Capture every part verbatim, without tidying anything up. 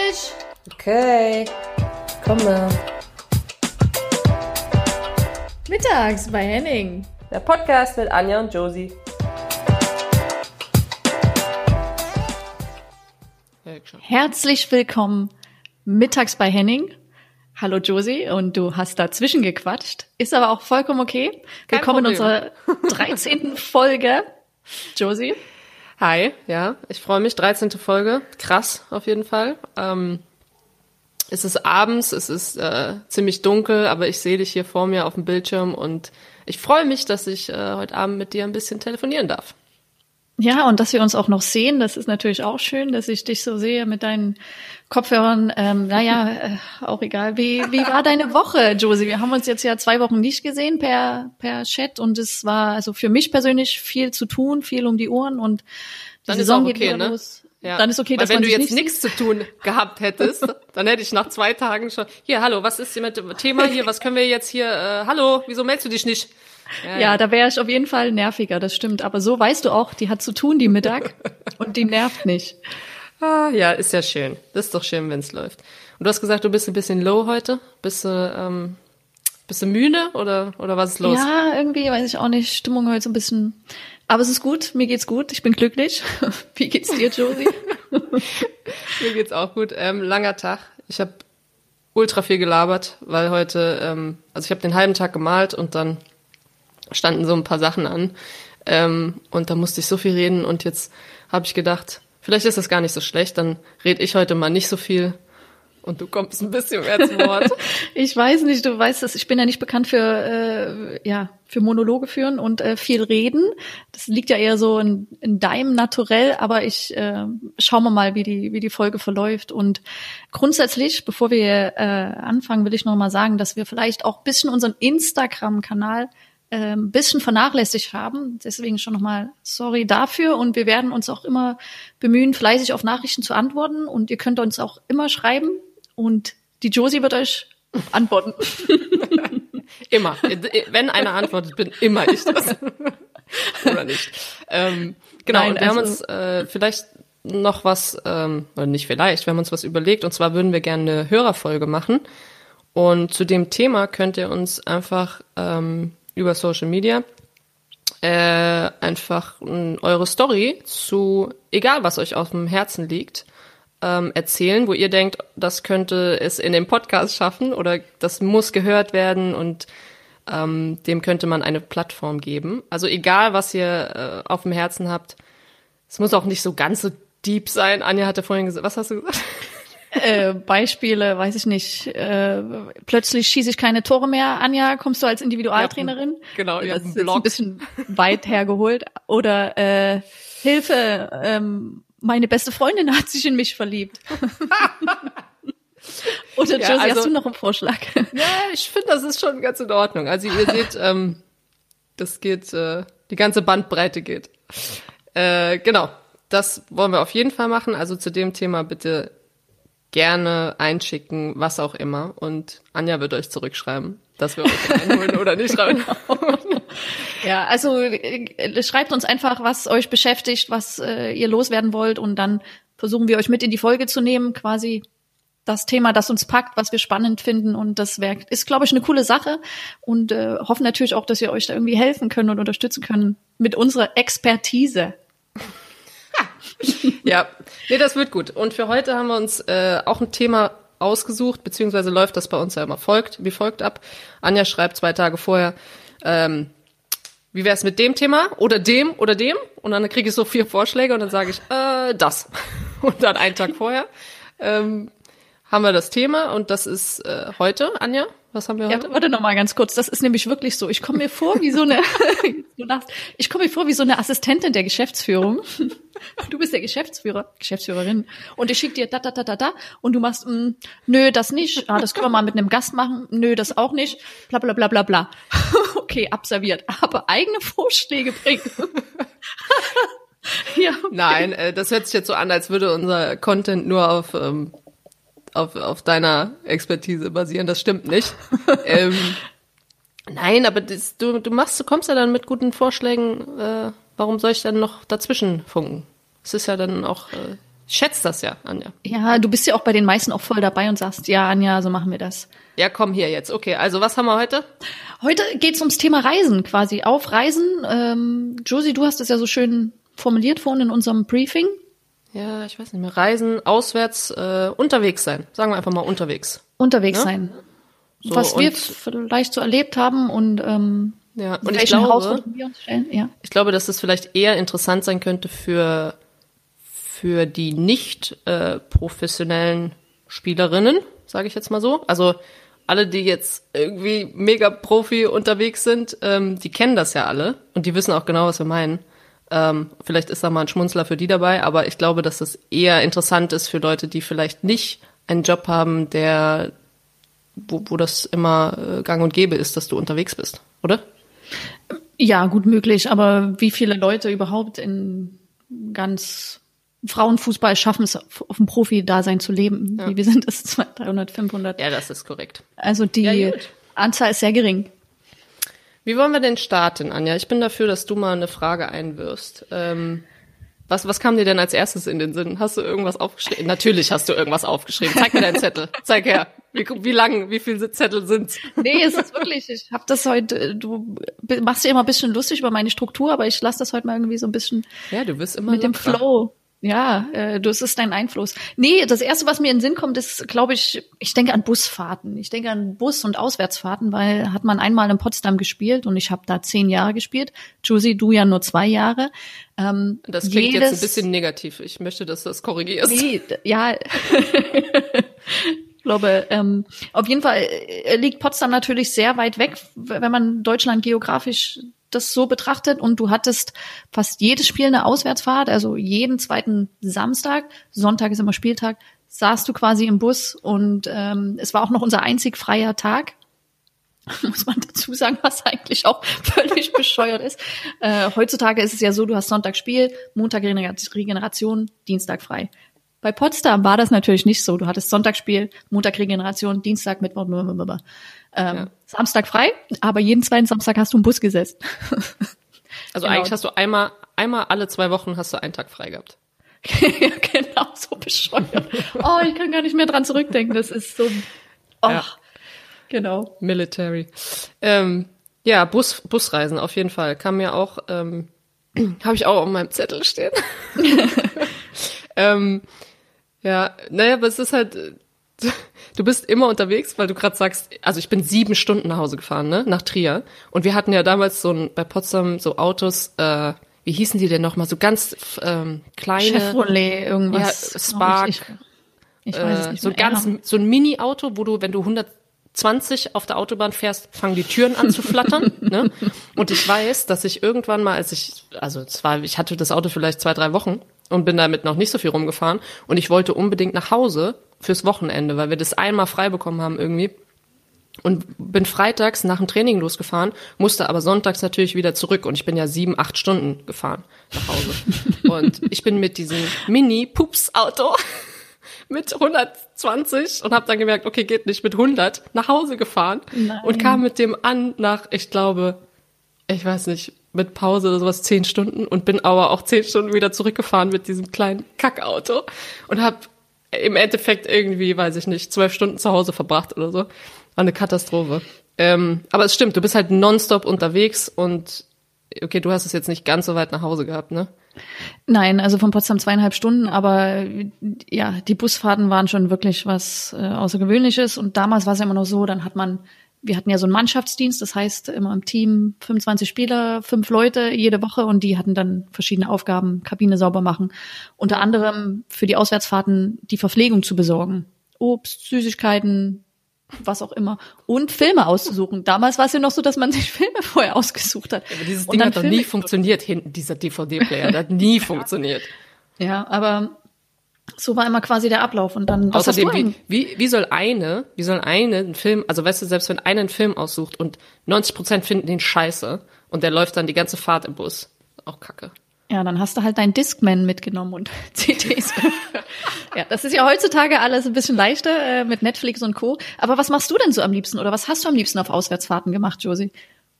Tisch! Okay, komme. Mittags bei Henning. Der Podcast mit Anja und Josie. Herzlich willkommen mittags bei Henning. Hallo Josie, und du hast dazwischen gequatscht. Ist aber auch vollkommen okay. Kein Willkommen in Problem. unserer dreizehnten Folge. Josie. Hi, ja, ich freue mich. dreizehnte Folge. Krass, auf jeden Fall. Ähm, es ist abends, es ist äh, ziemlich dunkel, aber ich sehe dich hier vor mir auf dem Bildschirm und ich freue mich, dass ich äh, heute Abend mit dir ein bisschen telefonieren darf. Ja, und dass wir uns auch noch sehen, das ist natürlich auch schön, dass ich dich so sehe mit deinen Kopfhörern. Ähm, naja, äh, auch egal. Wie, wie war deine Woche, Josie? Wir haben uns jetzt ja zwei Wochen nicht gesehen per, per Chat und es war also für mich persönlich viel zu tun, viel um die Ohren und die Dann Saison ist auch geht okay, wieder ne? los. Ja. Dann ist okay, Weil dass wenn man du sich jetzt nicht nichts zu tun gehabt hättest, dann hätte ich nach zwei Tagen schon, hier, hallo, was ist hier mit dem Thema hier, was können wir jetzt hier, äh, hallo, wieso meldest du dich nicht? Ja, Ja, ja. da wäre ich auf jeden Fall nerviger, das stimmt. Aber so weißt du auch, die hat zu tun, die Mittag, und die nervt nicht. Ah, ja, ist ja schön. Das ist doch schön, wenn es läuft. Und du hast gesagt, du bist ein bisschen low heute. Bist du, ähm, bist du müde oder, oder was ist los? Ja, irgendwie, weiß ich auch nicht, Stimmung heute so ein bisschen. Aber es ist gut, mir geht's gut, ich bin glücklich. Wie geht's dir, Josie? Mir geht's auch gut. Ähm, langer Tag. Ich habe ultra viel gelabert, weil heute, ähm, also ich habe den halben Tag gemalt und dann standen so ein paar Sachen an. Ähm, und da musste ich so viel reden und jetzt habe ich gedacht, vielleicht ist das gar nicht so schlecht, dann rede ich heute mal nicht so viel und du kommst ein bisschen mehr zu Wort. Ich weiß nicht, du weißt das, ich bin ja nicht bekannt für äh, ja für Monologe führen und äh, viel reden. Das liegt ja eher so in, in deinem Naturell, aber ich äh, schauen wir mal, wie die wie die Folge verläuft. Und grundsätzlich, bevor wir äh, anfangen, will ich noch mal sagen, dass wir vielleicht auch ein bisschen unseren Instagram-Kanal ein ähm, bisschen vernachlässigt haben. Deswegen schon nochmal sorry dafür. Und wir werden uns auch immer bemühen, fleißig auf Nachrichten zu antworten. Und ihr könnt uns auch immer schreiben. Und die Josie wird euch antworten. Immer. Wenn einer antwortet, bin immer ich das. Oder nicht. Ähm, genau, Nein, und wir also, haben uns äh, vielleicht noch was, ähm, oder nicht vielleicht, wir haben uns was überlegt. Und zwar würden wir gerne eine Hörerfolge machen. Und zu dem Thema könnt ihr uns einfach ähm, über Social Media äh, einfach äh, eure Story zu, egal was euch auf dem Herzen liegt, ähm, erzählen, wo ihr denkt, das könnte es in dem Podcast schaffen oder das muss gehört werden und ähm, dem könnte man eine Plattform geben. Also egal, was ihr äh, auf dem Herzen habt, es muss auch nicht so ganz so deep sein. Anja hatte vorhin gesagt, was hast du gesagt? Äh, Beispiele, weiß ich nicht. Äh, plötzlich schieße ich keine Tore mehr. Anja, kommst du als Individualtrainerin? Ja, genau, ihr das habt einen ist jetzt Blog. ein bisschen weit hergeholt. Oder äh, Hilfe, ähm, meine beste Freundin hat sich in mich verliebt. Oder Ja, Josie, also- hast du noch einen Vorschlag? Ja, ich finde, das ist schon ganz in Ordnung. Also ihr seht, ähm, das geht, äh, die ganze Bandbreite geht. Äh, genau, das wollen wir auf jeden Fall machen. Also zu dem Thema bitte gerne einschicken, was auch immer. Und Anja wird euch zurückschreiben, dass wir euch reinholen oder nicht rein. Ja, also äh, schreibt uns einfach, was euch beschäftigt, was äh, ihr loswerden wollt, und dann versuchen wir euch mit in die Folge zu nehmen, quasi das Thema, das uns packt, was wir spannend finden, und das wär, ist, glaube ich, eine coole Sache, und äh, hoffen natürlich auch, dass wir euch da irgendwie helfen können und unterstützen können mit unserer Expertise. Ja, nee, das wird gut. Und für heute haben wir uns äh, auch ein Thema ausgesucht, beziehungsweise läuft das bei uns ja immer folgt, wie folgt ab. Anja schreibt zwei Tage vorher, ähm, wie wär's mit dem Thema oder dem oder dem? Und dann kriege ich so vier Vorschläge und dann sage ich, äh, das. Und dann einen Tag vorher ähm, haben wir das Thema und das ist äh, heute, Anja, was haben wir heute? Ja, warte noch mal ganz kurz. Das ist nämlich wirklich so. Ich komme mir vor wie so eine, du lachst, ich komme mir vor wie so eine Assistentin der Geschäftsführung. Du bist der Geschäftsführer, Geschäftsführerin, und ich schicke dir da, da, da, da, da, und du machst, mh, nö, das nicht. Ah, das können wir mal mit einem Gast machen. Nö, das auch nicht. Bla, bla, bla, bla, bla. Okay, abserviert. Aber eigene Vorschläge bringen. Ja. Okay. Nein, äh, das hört sich jetzt so an, als würde unser Content nur auf ähm, auf, auf deiner Expertise basieren. Das stimmt nicht. ähm, nein, aber das, du, du machst, du kommst ja dann mit guten Vorschlägen. Äh, warum soll ich dann noch dazwischen funken? Es ist ja dann auch äh, schätze das ja, Anja. Ja, du bist ja auch bei den meisten auch voll dabei und sagst, ja, Anja, so machen wir das. Ja, komm hier jetzt. Okay, also was haben wir heute? Heute geht's ums Thema Reisen quasi. Auf Reisen. Ähm, Josie, du hast es ja so schön formuliert vorhin in unserem Briefing. Ja, ich weiß nicht mehr. Reisen, auswärts, äh, unterwegs sein. Sagen wir einfach mal unterwegs. Unterwegs Ja? sein. So, Was wir und- vielleicht so erlebt haben und, ähm, Ja, und ich welchen glaube, Herausforderungen wir uns stellen. Ja. ich glaube, dass das vielleicht eher interessant sein könnte für, für die nicht äh, professionellen Spielerinnen, sage ich jetzt mal so. Also alle, die jetzt irgendwie mega Profi unterwegs sind, ähm, die kennen das ja alle und die wissen auch genau, was wir meinen. Ähm, vielleicht ist da mal ein Schmunzler für die dabei, aber ich glaube, dass das eher interessant ist für Leute, die vielleicht nicht einen Job haben, der, wo, wo das immer äh, gang und gäbe ist, dass du unterwegs bist, oder? Ja, gut möglich, aber wie viele Leute überhaupt in ganz Frauenfußball schaffen es, auf dem Profi-Dasein zu leben? Ja. Wie wir sind es zweihundert, dreihundert, fünfhundert. Ja, das ist korrekt. Also die Ja, gut. Anzahl ist sehr gering. Wie wollen wir denn starten, Anja? Ich bin dafür, dass du mal eine Frage einwirfst. Ähm, was, was kam dir denn als erstes in den Sinn? Hast du irgendwas aufgeschrieben? Natürlich hast du irgendwas aufgeschrieben. Zeig mir deinen Zettel. Zeig her. Wie, wie lang, wie viele Zettel sind's? Nee, es ist wirklich, ich habe das heute, du machst dir immer ein bisschen lustig über meine Struktur, aber ich lasse das heute mal irgendwie so ein bisschen Ja, du wirst immer mit dem lockerer. Flow. Ja, äh, das ist dein Einfluss. Nee, das Erste, was mir in den Sinn kommt, ist, glaube ich, ich denke an Busfahrten. Ich denke an Bus- und Auswärtsfahrten, weil hat man einmal in Potsdam gespielt und ich habe da zehn Jahre gespielt. Josie, du ja nur zwei Jahre. Ähm, Das klingt jedes, jetzt ein bisschen negativ. Ich möchte, dass du das korrigierst. Nee, d- ja. Ich glaube, ähm, auf jeden Fall äh, liegt Potsdam natürlich sehr weit weg, w- wenn man Deutschland geografisch das so betrachtet. Und du hattest fast jedes Spiel eine Auswärtsfahrt, also jeden zweiten Samstag, Sonntag ist immer Spieltag, saßt du quasi im Bus und ähm, es war auch noch unser einzig freier Tag. Muss man dazu sagen, was eigentlich auch völlig bescheuert ist. Äh, heutzutage ist es ja so, du hast Sonntag Spiel, Montag Regener- Regeneration, Dienstag frei. Bei Potsdam war das natürlich nicht so. Du hattest Sonntagsspiel, Montag Regeneration, Dienstag, Mittwoch, blablabla. ähm, Ja. Samstag frei, aber jeden zweiten Samstag hast du einen Bus gesetzt. Also Genau. eigentlich hast du einmal, einmal alle zwei Wochen hast du einen Tag frei gehabt. Ja, genau, so bescheuert. Oh, ich kann gar nicht mehr dran zurückdenken. Das ist so, oh, Ja. genau. Military. Ähm, ja, Bus, Busreisen auf jeden Fall. Kam mir auch, ähm, habe ich auch auf meinem Zettel stehen. ähm, ja, naja, aber es ist halt, äh, du bist immer unterwegs, weil du gerade sagst, also ich bin sieben Stunden nach Hause gefahren, ne, nach Trier. Und wir hatten ja damals so ein, bei Potsdam so Autos, äh, wie hießen die denn nochmal, so ganz ähm, kleine, Chevrolet, irgendwas. Ja, Spark. Ich, ich weiß es äh, nicht so mehr. ganz, Ja. so ein Mini-Auto, wo du, wenn du hundertzwanzig auf der Autobahn fährst, fangen die Türen an zu flattern, ne? Und ich weiß, dass ich irgendwann mal, als ich, also es war, ich hatte das Auto vielleicht zwei, drei Wochen und bin damit noch nicht so viel rumgefahren und ich wollte unbedingt nach Hause fürs Wochenende, weil wir das einmal frei bekommen haben irgendwie. Und bin freitags nach dem Training losgefahren, musste aber sonntags natürlich wieder zurück und ich bin ja sieben, acht Stunden gefahren nach Hause. Und ich bin mit diesem Mini-Pups-Auto mit hundertzwanzig und habe dann gemerkt, okay, geht nicht, mit hundert nach Hause gefahren. Nein. Und kam mit dem an nach, ich glaube, ich weiß nicht, mit Pause oder sowas zehn Stunden und bin aber auch zehn Stunden wieder zurückgefahren mit diesem kleinen Kackauto und habe im Endeffekt irgendwie, weiß ich nicht, zwölf Stunden zu Hause verbracht oder so. War eine Katastrophe. Ähm, aber es stimmt, du bist halt nonstop unterwegs und okay, du hast es jetzt nicht ganz so weit nach Hause gehabt, ne? Nein, also von Potsdam zweieinhalb Stunden, aber ja, die Busfahrten waren schon wirklich was äh, Außergewöhnliches und damals war es ja immer noch so, dann hat man, wir hatten ja so einen Mannschaftsdienst, das heißt immer im Team fünfundzwanzig Spieler, fünf Leute jede Woche und die hatten dann verschiedene Aufgaben, Kabine sauber machen, unter anderem für die Auswärtsfahrten die Verpflegung zu besorgen, Obst, Süßigkeiten, was auch immer und Filme auszusuchen. Damals war es ja noch so, dass man sich Filme vorher ausgesucht hat. Aber dieses Und Ding dann hat doch Filme- nie funktioniert, hinten dieser D V D-Player, der hat nie funktioniert. Ja, aber so war immer quasi der Ablauf und dann was hast Außerdem, du wie, eigentlich? wie, wie soll eine, wie soll eine einen Film, also weißt du, selbst wenn eine einen Film aussucht und neunzig Prozent finden den scheiße und der läuft dann die ganze Fahrt im Bus, auch kacke. Ja, dann hast du halt deinen Discman mitgenommen und C Ds. Ja, das ist ja heutzutage alles ein bisschen leichter äh, mit Netflix und Co. Aber was machst du denn so am liebsten oder was hast du am liebsten auf Auswärtsfahrten gemacht, Josie?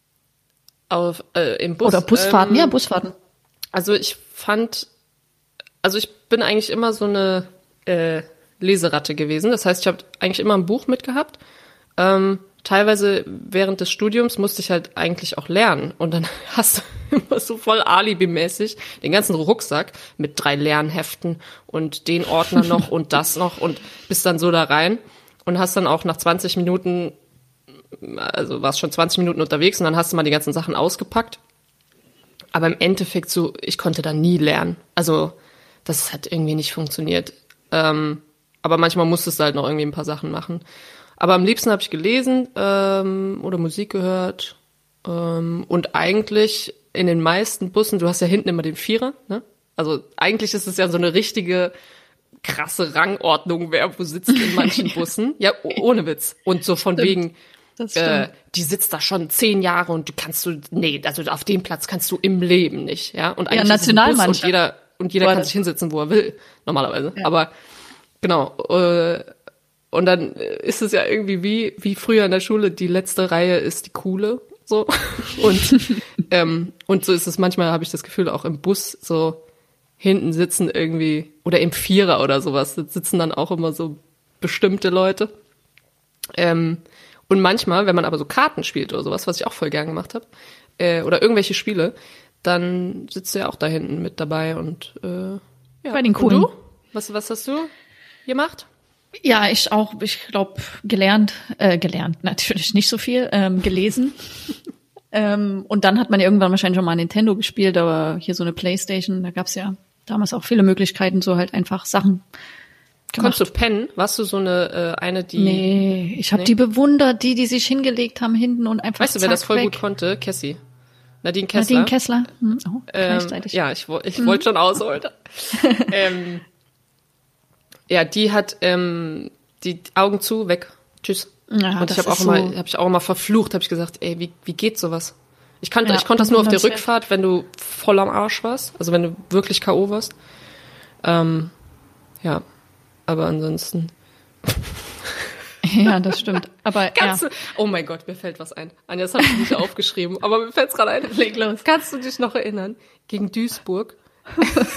Auf, äh, im Bus. Oder Busfahrten? ähm, Ja, Busfahrten. Also ich fand also ich bin eigentlich immer so eine äh, Leseratte gewesen. Das heißt, ich habe eigentlich immer ein Buch mitgehabt. Ähm, teilweise während des Studiums musste ich halt eigentlich auch lernen. Und dann hast du immer so voll alibimäßig den ganzen Rucksack mit drei Lernheften und den Ordner noch und das noch und bist dann so da rein und hast dann auch nach zwanzig Minuten, also warst schon zwanzig Minuten unterwegs und dann hast du mal die ganzen Sachen ausgepackt. Aber im Endeffekt so, ich konnte da nie lernen. Also das hat irgendwie nicht funktioniert. Ähm, aber manchmal musstest du halt noch irgendwie ein paar Sachen machen. Aber am liebsten habe ich gelesen ähm, oder Musik gehört. Ähm, und eigentlich in den meisten Bussen, du hast ja hinten immer den Vierer, ne? Also eigentlich ist es ja so eine richtige krasse Rangordnung, wer wo sitzt in manchen Bussen. Ja, ohne Witz. Und so von Stimmt. wegen, Das äh, die sitzt da schon zehn Jahre und du kannst du, nee, also auf dem Platz kannst du im Leben nicht, ja. Und eigentlich Ja, ist es ein Bus und Nationalmannschaft. jeder, und jeder War kann das. sich hinsetzen, wo er will, normalerweise. Ja. Aber genau, äh, und dann ist es ja irgendwie wie, wie früher in der Schule, die letzte Reihe ist die coole, so. Und, ähm, und so ist es manchmal, habe ich das Gefühl, auch im Bus so hinten sitzen irgendwie, oder im Vierer oder sowas, sitzen dann auch immer so bestimmte Leute. Ähm, und manchmal, wenn man aber so Karten spielt oder sowas, was ich auch voll gern gemacht habe, äh, oder irgendwelche Spiele, dann sitzt du ja auch da hinten mit dabei und, äh, ja. Bei den Coolen. Und du? Was, was hast du gemacht? Ja, ich auch, ich glaube, gelernt, äh, gelernt, natürlich nicht so viel, ähm, gelesen. ähm, und dann hat man ja irgendwann wahrscheinlich schon mal Nintendo gespielt, aber hier so eine Playstation, da gab's ja damals auch viele Möglichkeiten, so halt einfach Sachen gemacht. Konntest du pennen? Warst du so eine, äh, eine, die... Nee, ich habe Nee. die bewundert, die, die sich hingelegt haben hinten und einfach Weißt du, wer das zack, voll weg. gut konnte? Cassie. Nadine Kessler. Nadine Kessler. Hm, oh, Ähm, gleichzeitig. ja, ich, wo- ich wollte schon ausholen. ähm, ja, die hat ähm, die Augen zu, weg. Tschüss. Ja, und das ich habe auch ist immer, so- habe ich auch immer verflucht, habe ich gesagt, ey, wie wie geht sowas? Ich kannte, Ja, ich konnte es nur auf der bewundernswert. Rückfahrt, wenn du voll am Arsch warst, also wenn du wirklich K O warst. Ähm, ja, aber ansonsten. Ja, das stimmt. Aber ja, Kannst du, oh mein Gott, mir fällt was ein. Anja, das habe ich nicht aufgeschrieben, aber mir fällt's gerade ein. Leg los. Kannst du dich noch erinnern? Gegen Duisburg. ich kann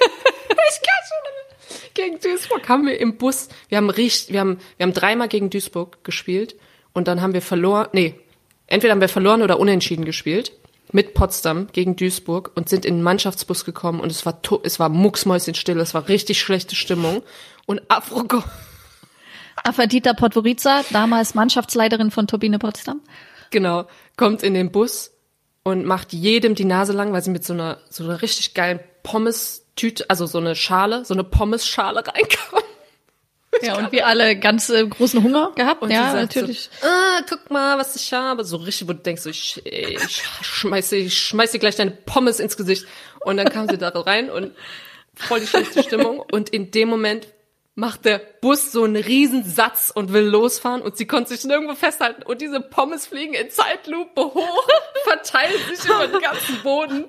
schon. Gegen Duisburg haben wir im Bus, wir haben richtig, wir haben, wir haben dreimal gegen Duisburg gespielt und dann haben wir verloren, nee, entweder haben wir verloren oder unentschieden gespielt mit Potsdam gegen Duisburg und sind in den Mannschaftsbus gekommen und es war, to- es war mucksmäuschenstill, es war richtig schlechte Stimmung und Afro Afrodita Podgorica, damals Mannschaftsleiterin von Turbine Potsdam. Genau, kommt in den Bus und macht jedem die Nase lang, weil sie mit so einer so einer richtig geilen Pommes-Tüte, also so eine Schale, so eine Pommes-Schale reinkam. Ja, und wir alle ganz äh, großen Hunger gehabt. Und ja, sie sagt natürlich. So, ah, guck mal, was ich habe. So richtig, wo du denkst, so, ich, ich schmeiß dir, ich schmeiß dir gleich deine Pommes ins Gesicht. Und dann kam sie da rein und voll die schlechte Stimmung. Und in dem Moment macht der Bus so einen Riesensatz und will losfahren und sie konnte sich nirgendwo festhalten und diese Pommes fliegen in Zeitlupe hoch, verteilen sich über den ganzen Boden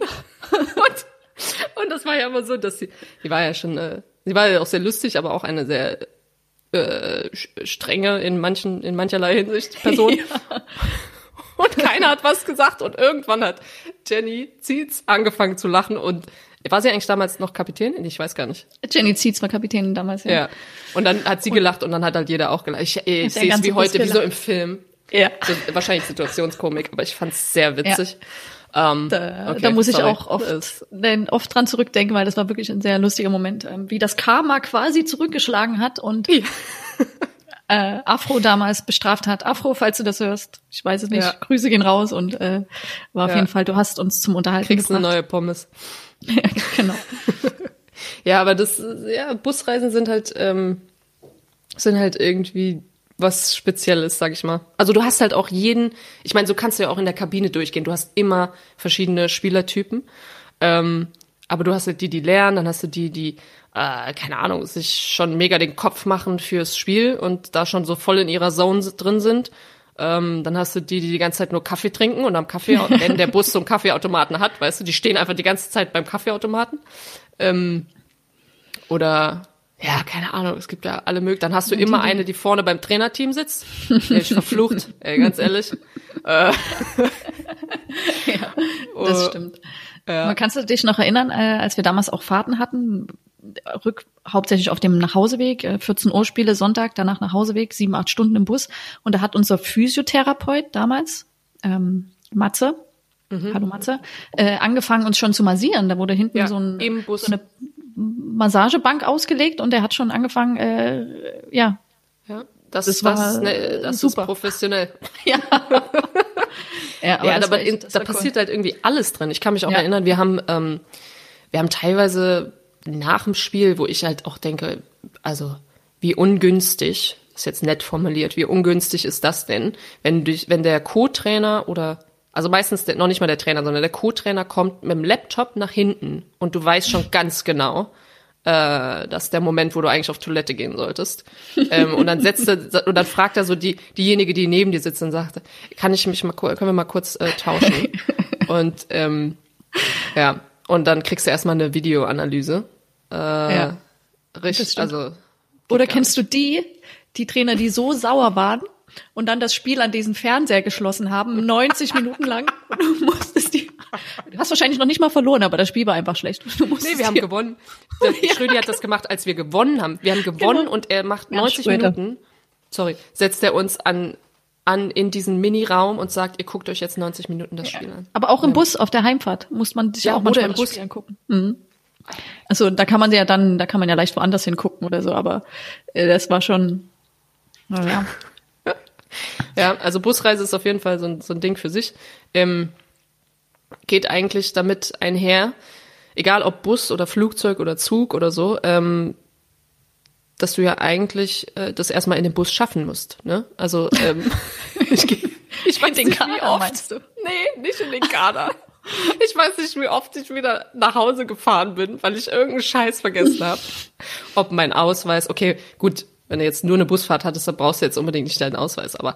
und, und das war ja immer so, dass sie, die war ja schon, äh, sie war ja auch sehr lustig, aber auch eine sehr äh, strenge in manchen, in mancherlei Hinsicht Person. Ja. Und keiner hat was gesagt und irgendwann hat Jenny Zietz angefangen zu lachen und war sie eigentlich damals noch Kapitänin? Ich weiß gar nicht. Jenny Zietz war Kapitänin damals, ja. Ja. Und dann hat sie gelacht und dann hat halt jeder auch gelacht. Ich, ich Der sehe es ganze wie Bus heute, wie so gelacht. im Film. Ja. So, wahrscheinlich Situationskomik, aber ich fand's sehr witzig. Ähm, Da, okay, da muss ich sorry. auch oft, Das- denn oft dran zurückdenken, weil das war wirklich ein sehr lustiger Moment, ähm, wie das Karma quasi zurückgeschlagen hat und Ja. äh, Afro damals bestraft hat. Afro, falls du das hörst, ich weiß es nicht, Ja. Grüße gehen raus und äh, war auf Ja. jeden Fall, du hast uns zum Unterhalten Kriegst eine gebracht. neue Pommes. Ja, genau. Ja, aber das, ja, Busreisen sind halt, ähm, sind halt irgendwie was Spezielles, sag ich mal. Also du hast halt auch jeden, ich meine, so kannst du ja auch in der Kabine durchgehen. Du hast immer verschiedene Spielertypen. Ähm, aber du hast halt die, die lernen, dann hast du die, die, äh, keine Ahnung, sich schon mega den Kopf machen fürs Spiel und da schon so voll in ihrer Zone drin sind. Ähm, dann hast du die, die die ganze Zeit nur Kaffee trinken und am Kaffee, wenn der Bus so einen Kaffeeautomaten hat, weißt du, die stehen einfach die ganze Zeit beim Kaffeeautomaten. Ähm, oder, ja, keine Ahnung, es gibt ja alle möglichen. Dann hast du immer eine, die vorne beim Trainerteam sitzt. Ey, ich verflucht, ey, ganz ehrlich. Äh, Ja, das Oh, stimmt. ja. Man kannst du dich noch erinnern, äh, als wir damals auch Fahrten hatten, rück hauptsächlich auf dem Nachhauseweg, äh, vierzehn Uhr Spiele Sonntag, danach Nachhauseweg, sieben, acht Stunden im Bus. Und da hat unser Physiotherapeut damals, ähm, Matze, mhm. hallo Matze, äh, angefangen uns schon zu massieren. Da wurde hinten ja, so, ein, im Bus. so eine Massagebank ausgelegt und der hat schon angefangen, äh, ja. Ja, das, das, war das, ne, das super. Ist professionell. Ja. Ja, aber, ja, das aber echt, in, da passiert cool. halt irgendwie alles drin. Ich kann mich auch ja. erinnern, wir haben, ähm, wir haben teilweise nach dem Spiel, wo ich halt auch denke, also wie ungünstig, ist jetzt nett formuliert, wie ungünstig ist das denn, wenn du, wenn der Co-Trainer oder, also meistens der, noch nicht mal der Trainer, sondern der Co-Trainer kommt mit dem Laptop nach hinten und du weißt schon ganz genau, äh, das ist der Moment, wo du eigentlich auf Toilette gehen solltest. ähm, und dann setzt er, und dann fragt er so die, diejenige, die neben dir sitzt und sagt, kann ich mich mal, können wir mal kurz äh, tauschen? Und, ähm, ja, und dann kriegst du erstmal eine Videoanalyse. Äh, ja, richtig, also. Oder kennst du die, die Trainer, die so sauer waren und dann das Spiel an diesen Fernseher geschlossen haben, neunzig Minuten lang, und du musstest die, du hast wahrscheinlich noch nicht mal verloren, aber das Spiel war einfach schlecht. Du nee, wir haben gewonnen. Der ja. Schrödi hat das gemacht, als wir gewonnen haben. Wir haben gewonnen genau. Und er macht neunzig ja, Minuten, sorry, setzt er uns an, an in diesen Mini-Raum und sagt, ihr guckt euch jetzt neunzig Minuten das ja. Spiel an. Aber auch im ja. Bus auf der Heimfahrt muss man sich ja auch manchmal im das Bus Spiel angucken. Mhm. Also da kann man ja dann, da kann man ja leicht woanders hingucken oder so, aber äh, das war schon, naja. Ja, also Busreise ist auf jeden Fall so ein, so ein Ding für sich. Ähm, geht eigentlich damit einher, egal ob Bus oder Flugzeug oder Zug oder so, ähm, dass du ja eigentlich äh, das erstmal in den Bus schaffen musst. Ne? Also ähm, ich, ich weiß den nicht, Kader, wie oft. Meinst du? Nee, nicht in den Kader. Ich weiß nicht, wie oft ich wieder nach Hause gefahren bin, weil ich irgendeinen Scheiß vergessen habe. Ob mein Ausweis, okay, gut, wenn du jetzt nur eine Busfahrt hattest, dann brauchst du jetzt unbedingt nicht deinen Ausweis. Aber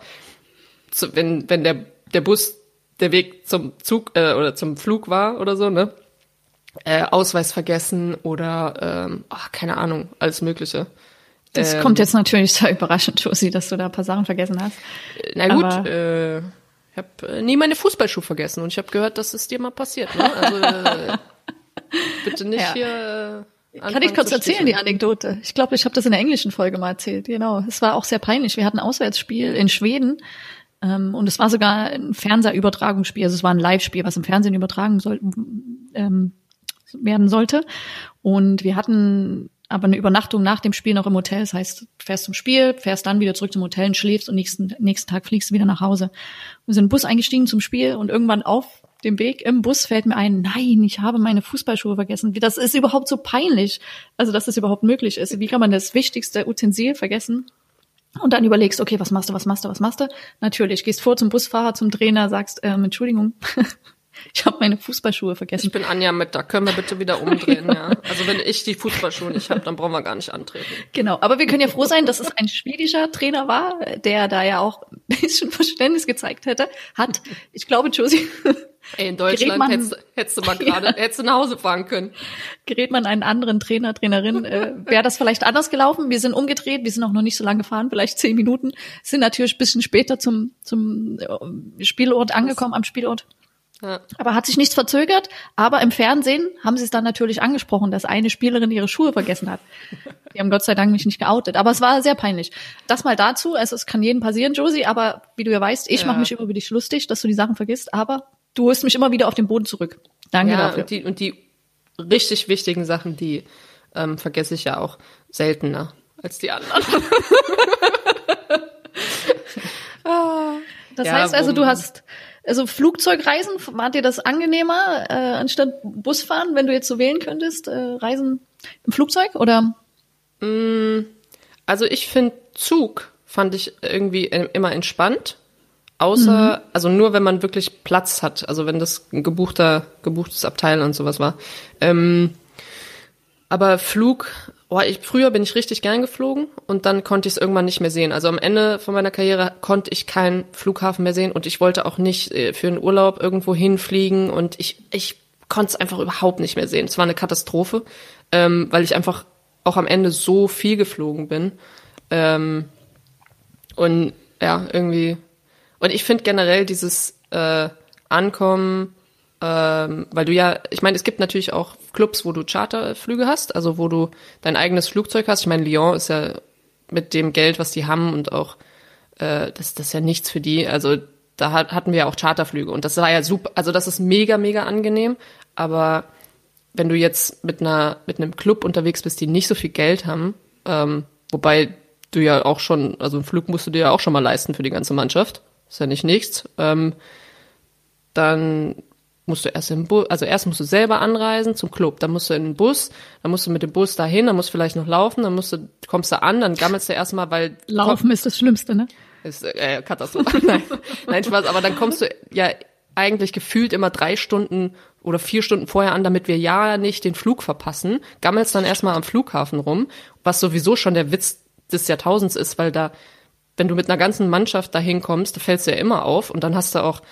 zu, wenn wenn der der Bus der Weg zum Zug äh, oder zum Flug war oder so, ne, äh, Ausweis vergessen oder ähm, ach, keine Ahnung, alles Mögliche. Das ähm, kommt jetzt natürlich sehr überraschend, Josie, dass du da ein paar Sachen vergessen hast. Na gut, Aber äh, ich habe nie meine Fußballschuhe vergessen und ich habe gehört, dass es dir mal passiert. Ne? Also äh, bitte nicht ja. hier. Äh, Kann ich kurz erzählen, die Anekdote? Ich glaube, ich habe das in der englischen Folge mal erzählt. Genau, es war auch sehr peinlich. Wir hatten ein Auswärtsspiel in Schweden ähm, und es war sogar ein Fernsehübertragungsspiel. Also es war ein Live-Spiel, was im Fernsehen übertragen soll, ähm, werden sollte. Und wir hatten aber eine Übernachtung nach dem Spiel noch im Hotel. Das heißt, du fährst zum Spiel, fährst dann wieder zurück zum Hotel und schläfst und nächsten, nächsten Tag fliegst du wieder nach Hause. Wir sind in den Bus eingestiegen zum Spiel und irgendwann auf dem Weg im Bus fällt mir ein, nein, ich habe meine Fußballschuhe vergessen. Das ist überhaupt so peinlich, also dass das überhaupt möglich ist. Wie kann man das wichtigste Utensil vergessen? Und dann überlegst, okay, was machst du, was machst du, was machst du? Natürlich, gehst vor zum Busfahrer, zum Trainer, sagst, ähm, Entschuldigung, ich habe meine Fußballschuhe vergessen. Ich bin Anja mit, da können wir bitte wieder umdrehen, ja. Also wenn ich die Fußballschuhe nicht habe, dann brauchen wir gar nicht antreten. Genau, aber wir können ja froh sein, dass es ein schwedischer Trainer war, der da ja auch ein bisschen Verständnis gezeigt hätte, hat. Ich glaube, Josie. Ey, in Deutschland man, hättest, hättest du mal gerade, ja. hättest du nach Hause fahren können. Gerät man einen anderen Trainer, Trainerin, äh, wäre das vielleicht anders gelaufen. Wir sind umgedreht, wir sind auch noch nicht so lange gefahren, vielleicht zehn Minuten, sind natürlich ein bisschen später zum, zum Spielort angekommen, am Spielort. Ja. Aber hat sich nichts verzögert, aber im Fernsehen haben sie es dann natürlich angesprochen, dass eine Spielerin ihre Schuhe vergessen hat. Die haben Gott sei Dank mich nicht geoutet, aber es war sehr peinlich. Das mal dazu, also es kann jedem passieren, Josie, aber wie du ja weißt, ich ja. mache mich immer über dich lustig, dass du die Sachen vergisst, aber du holst mich immer wieder auf den Boden zurück. Danke ja, dafür. Und die, und die richtig wichtigen Sachen, die ähm, vergesse ich ja auch seltener als die anderen. Das ja, heißt also, du hast also Flugzeugreisen, war dir das angenehmer äh, anstatt Busfahren, wenn du jetzt so wählen könntest, äh, Reisen im Flugzeug oder? Also ich finde Zug fand ich irgendwie immer entspannt, außer mhm. also nur wenn man wirklich Platz hat, also wenn das ein gebuchter gebuchtes Abteil und sowas war. Ähm, aber Flug, oh, ich, früher bin ich richtig gern geflogen und dann konnte ich es irgendwann nicht mehr sehen. Also am Ende von meiner Karriere konnte ich keinen Flughafen mehr sehen und ich wollte auch nicht äh, für einen Urlaub irgendwo hinfliegen und ich ich konnte es einfach überhaupt nicht mehr sehen. Es war eine Katastrophe, ähm, weil ich einfach auch am Ende so viel geflogen bin. Ähm, und ja, irgendwie. Und ich finde generell dieses äh, Ankommen, ähm, weil du ja, ich meine, es gibt natürlich auch Clubs, wo du Charterflüge hast, also wo du dein eigenes Flugzeug hast. Ich meine, Lyon ist ja mit dem Geld, was die haben und auch, äh, das, das ist ja nichts für die. Also da hat, hatten wir ja auch Charterflüge und das war ja super, also das ist mega, mega angenehm, aber wenn du jetzt mit einer mit einem Club unterwegs bist, die nicht so viel Geld haben, ähm, wobei du ja auch schon, also einen Flug musst du dir ja auch schon mal leisten für die ganze Mannschaft, ist ja nicht nichts, ähm, dann musst du erst im Bus, also erst musst du selber anreisen zum Club, dann musst du in den Bus, dann musst du mit dem Bus dahin, dann musst du vielleicht noch laufen, dann musst du, kommst du an, dann gammelst du erstmal, weil Laufen ist das Schlimmste, ne? Ist äh, Katastrophe. Nein, nein, Spaß, aber dann kommst du ja eigentlich gefühlt immer drei Stunden oder vier Stunden vorher an, damit wir ja nicht den Flug verpassen, gammelst dann erstmal am Flughafen rum, was sowieso schon der Witz des Jahrtausends ist, weil da, wenn du mit einer ganzen Mannschaft dahin kommst, da fällst du ja immer auf und dann hast du auch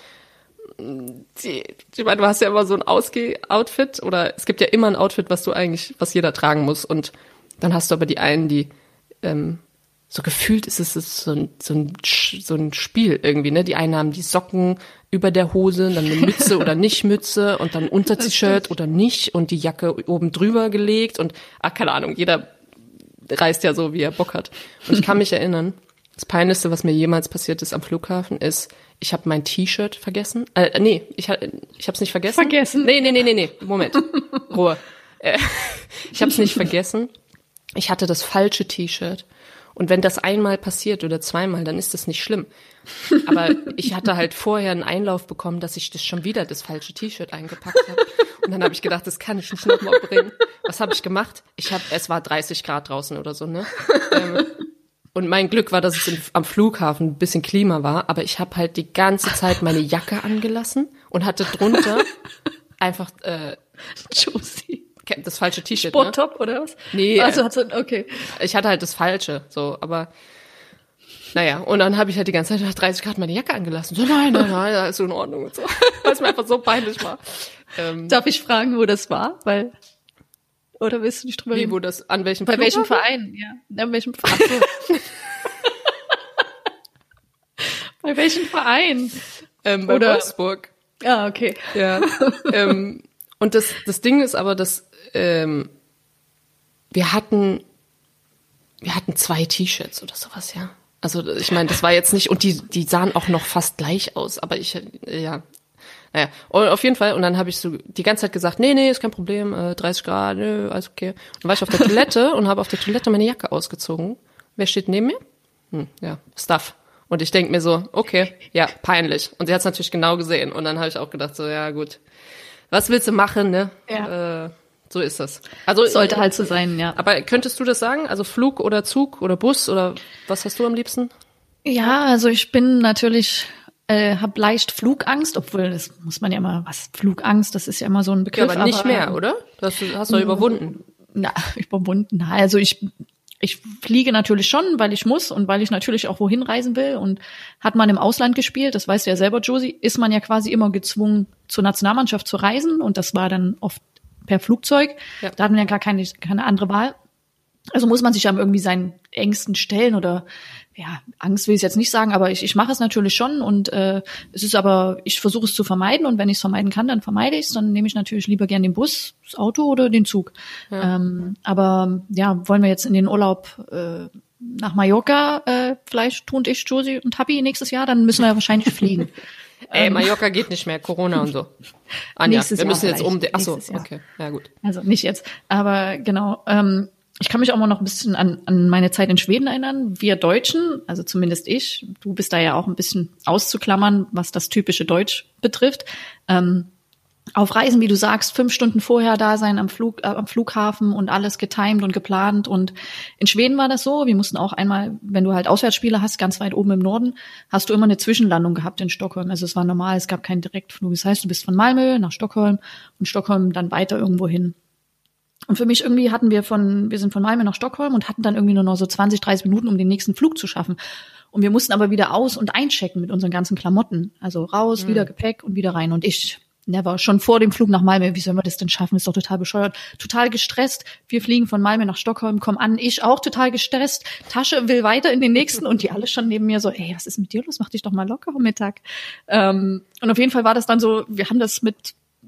die, ich meine, du hast ja immer so ein Ausgeh-Outfit oder es gibt ja immer ein Outfit, was du eigentlich, was jeder tragen muss und dann hast du aber die einen, die ähm, so gefühlt ist es so ein, so ein so ein Spiel irgendwie, ne? Die einen haben die Socken über der Hose, dann eine Mütze oder nicht Mütze und dann Unter-T-Shirt oder nicht und die Jacke oben drüber gelegt und, ach, keine Ahnung, jeder reist ja so, wie er Bock hat. Und ich kann mich erinnern, das Peinlichste, was mir jemals passiert ist am Flughafen, ist, ich habe mein T-Shirt vergessen. Äh, nee, ich, ich habe es nicht vergessen. Vergessen? Nee, nee, nee, nee, nee, Moment. Ruhe. Äh, ich habe es nicht vergessen. Ich hatte das falsche T-Shirt. Und wenn das einmal passiert oder zweimal, dann ist das nicht schlimm. Aber ich hatte halt vorher einen Einlauf bekommen, dass ich das schon wieder das falsche T-Shirt eingepackt habe. Und dann habe ich gedacht, das kann ich nicht nochmal bringen. Was habe ich gemacht? Ich habe, es war dreißig Grad draußen oder so, ne? Ähm, und mein Glück war, dass es im, am Flughafen ein bisschen Klima war, aber ich habe halt die ganze Zeit meine Jacke angelassen und hatte drunter einfach äh, Josie. Das falsche T-Shirt, Sporttop, ne? oder was? Nee. Also hat's, okay. Ich hatte halt das Falsche, so, aber naja, und dann habe ich halt die ganze Zeit nach dreißig Grad meine Jacke angelassen. So, nein, nein, nein, das ist so in Ordnung und so. Weil es mir einfach so peinlich war. Ähm, Darf ich fragen, wo das war? Weil, oder willst du nicht drüber wie, reden? wo das, an welchem Bei Flughafen? welchem Verein, ja. An welchem Verein? So. Bei welchem Verein? Ähm, bei Oder- Wolfsburg. Ah, okay. Ja. ähm, und das, das Ding ist aber, dass ähm, wir hatten wir hatten zwei T-Shirts oder sowas, ja. Also ich meine, das war jetzt nicht, und die die sahen auch noch fast gleich aus, aber ich, äh, ja, naja, und auf jeden Fall, und dann habe ich so die ganze Zeit gesagt, nee, nee, ist kein Problem, äh, dreißig Grad, nö, alles okay. Und dann war ich auf der Toilette und habe auf der Toilette meine Jacke ausgezogen. Wer steht neben mir? Hm, ja, Stuff. Und ich denk mir so, okay, ja, peinlich. Und sie hat es natürlich genau gesehen. Und dann habe ich auch gedacht, so, ja gut, was willst du machen, ne? Ja. Äh, so ist das. Also Sollte halt so sein, ja. Aber könntest du das sagen? Also Flug oder Zug oder Bus oder was hast du am liebsten? Ja, also ich bin natürlich, äh, habe leicht Flugangst, obwohl das muss man ja immer, was Flugangst, das ist ja immer so ein Begriff. Ja, aber nicht mehr, oder? Das hast du hast du überwunden. Na, überwunden. Also ich, ich fliege natürlich schon, weil ich muss und weil ich natürlich auch wohin reisen will. Und hat man im Ausland gespielt, das weißt du ja selber, Josie, ist man ja quasi immer gezwungen, zur Nationalmannschaft zu reisen. Und das war dann oft per Flugzeug. Ja. Da hatten wir ja gar keine, keine andere Wahl. Also muss man sich ja irgendwie seinen Ängsten stellen oder, ja, Angst will ich jetzt nicht sagen, aber ich, ich mache es natürlich schon und äh, es ist aber, ich versuche es zu vermeiden und wenn ich es vermeiden kann, dann vermeide ich es, dann nehme ich natürlich lieber gern den Bus, das Auto oder den Zug. Ja. Ähm, aber ja, wollen wir jetzt in den Urlaub äh, nach Mallorca, äh, vielleicht du und ich, Josie und Happy nächstes Jahr, dann müssen wir ja wahrscheinlich fliegen. Ey, Mallorca geht nicht mehr, Corona und so. Anja, Nächstes wir müssen Jahr jetzt um, vielleicht. ach so, Nächstes Jahr. okay, ja gut. Also nicht jetzt, aber genau. Ähm, ich kann mich auch mal noch ein bisschen an, an meine Zeit in Schweden erinnern. Wir Deutschen, also zumindest ich, du bist da ja auch ein bisschen auszuklammern, was das typische Deutsch betrifft. Ähm, auf Reisen, wie du sagst, fünf Stunden vorher da sein am Flug, äh, am Flughafen und alles getimed und geplant. Und in Schweden war das so. Wir mussten auch einmal, wenn du halt Auswärtsspiele hast, ganz weit oben im Norden, hast du immer eine Zwischenlandung gehabt in Stockholm. Also es war normal, es gab keinen Direktflug. Das heißt, du bist von Malmö nach Stockholm und Stockholm dann weiter irgendwo hin. Und für mich irgendwie hatten wir von, wir sind von Malmö nach Stockholm und hatten dann irgendwie nur noch so zwanzig, dreißig Minuten, um den nächsten Flug zu schaffen. Und wir mussten aber wieder aus- und einchecken mit unseren ganzen Klamotten. Also raus, mhm. wieder Gepäck und wieder rein. Und ich, never, schon vor dem Flug nach Malmö, wie sollen wir das denn schaffen? Ist doch total bescheuert. Total gestresst. Wir fliegen von Malmö nach Stockholm, kommen an. Ich auch total gestresst. Tasche will weiter in den nächsten und die alle schon neben mir so, ey, was ist mit dir los? Mach dich doch mal locker am Mittag. Ähm, und auf jeden Fall war das dann so, wir haben das mit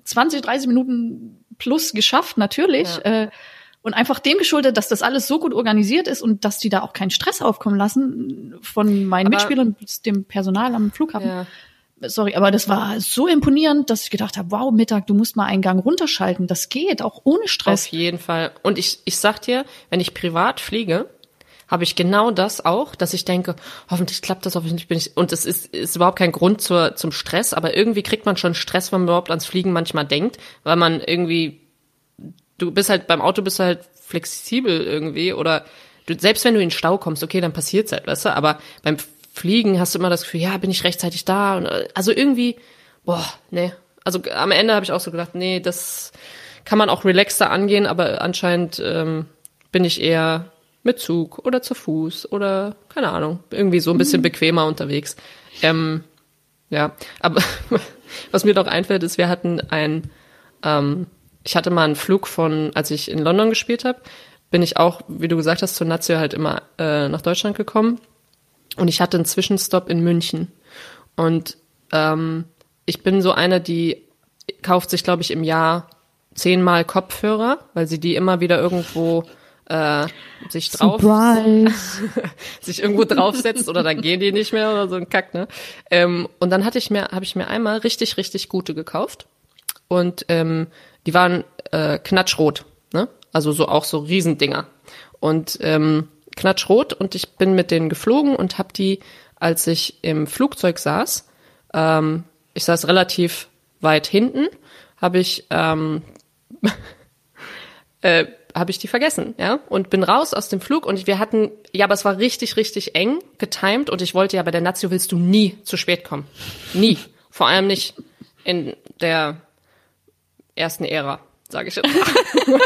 zwanzig, dreißig Minuten plus geschafft, natürlich. Ja. Äh, und einfach dem geschuldet, dass das alles so gut organisiert ist und dass die da auch keinen Stress aufkommen lassen von meinen aber, Mitspielern bis dem Personal am Flughafen. Ja. Sorry, aber das war so imponierend, dass ich gedacht habe, wow, Mittag, du musst mal einen Gang runterschalten. Das geht, auch ohne Stress. Auf jeden Fall. Und ich, ich sag dir, wenn ich privat fliege, habe ich genau das auch, dass ich denke, hoffentlich klappt das, hoffentlich bin ich, und es ist, ist überhaupt kein Grund zur, zum Stress, aber irgendwie kriegt man schon Stress, wenn man überhaupt ans Fliegen manchmal denkt, weil man irgendwie, du bist halt, beim Auto bist du halt flexibel irgendwie, oder du, selbst wenn du in den Stau kommst, okay, dann passiert's halt, weißt du, aber beim Fliegen hast du immer das Gefühl, ja, bin ich rechtzeitig da, und also irgendwie, boah, nee, also am Ende habe ich auch so gedacht, nee, das kann man auch relaxter angehen, aber anscheinend ähm, bin ich eher mit Zug oder zu Fuß oder, keine Ahnung, irgendwie so ein bisschen bequemer unterwegs. Ähm, ja, aber was mir doch einfällt, ist, wir hatten ein, ähm, ich hatte mal einen Flug von, als ich in London gespielt habe, bin ich auch, wie du gesagt hast, zur Nazio halt immer äh, nach Deutschland gekommen. Und ich hatte einen Zwischenstopp in München. Und ähm, ich bin so eine, die kauft sich, glaube ich, im Jahr zehnmal Kopfhörer, weil sie die immer wieder irgendwo äh, sich drauf sich irgendwo draufsetzt oder dann gehen die nicht mehr oder so ein Kack, ne? Ähm, und dann hatte ich mir, habe ich mir einmal richtig, richtig gute gekauft und ähm, die waren äh, knatschrot, ne? Also so auch so Riesendinger und ähm, knatschrot und ich bin mit denen geflogen und habe die, als ich im Flugzeug saß, ähm, ich saß relativ weit hinten, habe ich ähm, äh, habe ich die vergessen, ja, und bin raus aus dem Flug und wir hatten, ja, aber es war richtig, richtig eng getimed und ich wollte ja, bei der Nazio willst du nie zu spät kommen. Nie. Vor allem nicht in der ersten Ära, sage ich jetzt mal.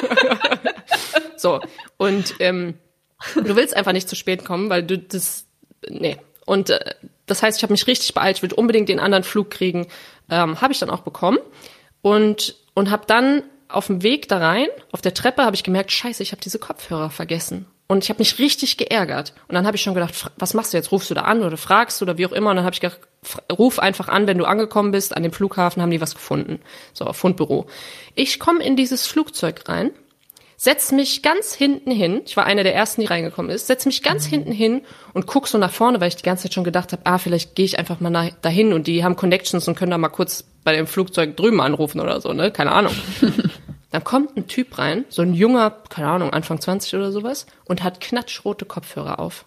So, und ähm, du willst einfach nicht zu spät kommen, weil du das, nee. Und äh, das heißt, ich habe mich richtig beeilt, ich will unbedingt den anderen Flug kriegen, ähm, habe ich dann auch bekommen und und habe dann auf dem Weg da rein, auf der Treppe, habe ich gemerkt, scheiße, ich habe diese Kopfhörer vergessen. Und ich habe mich richtig geärgert. Und dann habe ich schon gedacht, was machst du jetzt? Rufst du da an oder fragst du oder wie auch immer? Und dann habe ich gedacht, ruf einfach an, wenn du angekommen bist. An dem Flughafen haben die was gefunden. So, auf Fundbüro. Ich komme in dieses Flugzeug rein, setz mich ganz hinten hin. Ich war einer der Ersten, die reingekommen ist. Setz mich ganz hinten hin und guck so nach vorne, weil ich die ganze Zeit schon gedacht habe, ah, vielleicht gehe ich einfach mal nach, dahin und die haben Connections und können da mal kurz bei dem Flugzeug drüben anrufen oder so, ne? Keine Ahnung. Dann kommt ein Typ rein, so ein junger, keine Ahnung, Anfang zwanzig oder sowas, und hat knatschrote Kopfhörer auf.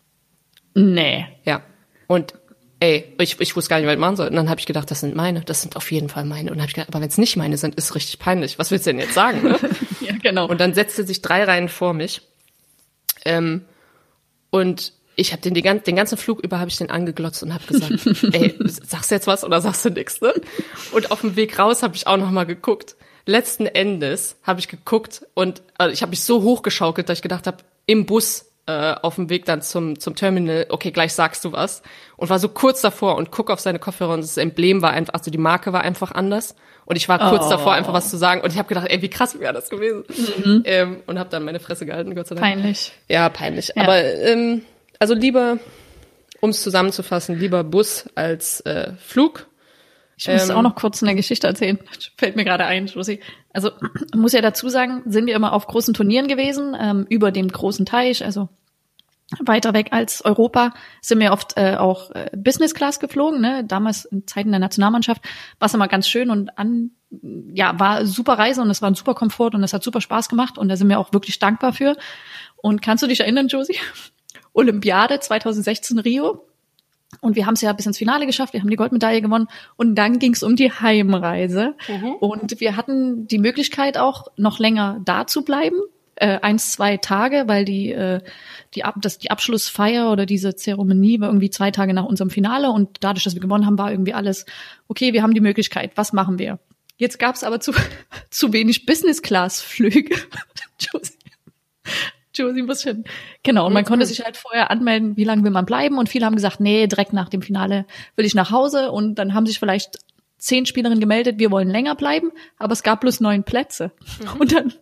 Nee. Ja. Und ey, ich, ich wusste gar nicht, was ich machen soll. Und dann habe ich gedacht, das sind meine, das sind auf jeden Fall meine. Und dann habe ich gedacht, aber wenn es nicht meine sind, ist es richtig peinlich. Was willst du denn jetzt sagen, ne? Ja, genau. Und dann setzte sich drei Reihen vor mich. Ähm, und ich habe den, den, den ganzen Flug über habe ich den angeglotzt und habe gesagt, ey, sagst du jetzt was oder sagst du nichts, ne? Und auf dem Weg raus habe ich auch noch mal geguckt. Letzten Endes habe ich geguckt und also ich habe mich so hochgeschaukelt, dass ich gedacht habe, im Bus äh, auf dem Weg dann zum zum Terminal, okay, gleich sagst du was. Und war so kurz davor und guck auf seine Kopfhörer und das Emblem war einfach, also die Marke war einfach anders. Und ich war kurz oh. davor, einfach was zu sagen. Und ich habe gedacht, ey, wie krass wäre das gewesen. Mhm. Ähm, und habe dann meine Fresse gehalten, Gott sei Dank. Peinlich. Ja, peinlich. Ja. Aber ähm, also lieber, um es zusammenzufassen, lieber Bus als äh, Flug. Ich muss ähm, auch noch kurz eine Geschichte erzählen. Fällt mir gerade ein, Josi. Also muss ja dazu sagen, sind wir immer auf großen Turnieren gewesen, ähm, über dem großen Teich, also weiter weg als Europa, sind wir oft äh, auch äh, Business Class geflogen, ne? Damals in Zeiten der Nationalmannschaft war es immer ganz schön und an, ja, war super Reise und es war ein super Komfort und es hat super Spaß gemacht und da sind wir auch wirklich dankbar für. Und kannst du dich erinnern, Josi? Olympiade zwanzig sechzehn Rio. Und wir haben es ja bis ins Finale geschafft, wir haben die Goldmedaille gewonnen und dann ging es um die Heimreise. Mhm. Und wir hatten die Möglichkeit auch, noch länger da zu bleiben, äh, eins, zwei Tage, weil die äh, die, Ab- das, die Abschlussfeier oder diese Zeremonie war irgendwie zwei Tage nach unserem Finale und dadurch, dass wir gewonnen haben, war irgendwie alles, okay, wir haben die Möglichkeit, was machen wir? Jetzt gab es aber zu, zu wenig Business-Class-Flüge. Josie. Josie muss schon. Genau, und man konnte sich halt vorher anmelden, wie lange will man bleiben. Und viele haben gesagt, nee, direkt nach dem Finale will ich nach Hause. Und dann haben sich vielleicht zehn Spielerinnen gemeldet, wir wollen länger bleiben. Aber es gab bloß neun Plätze. Mhm. Und dann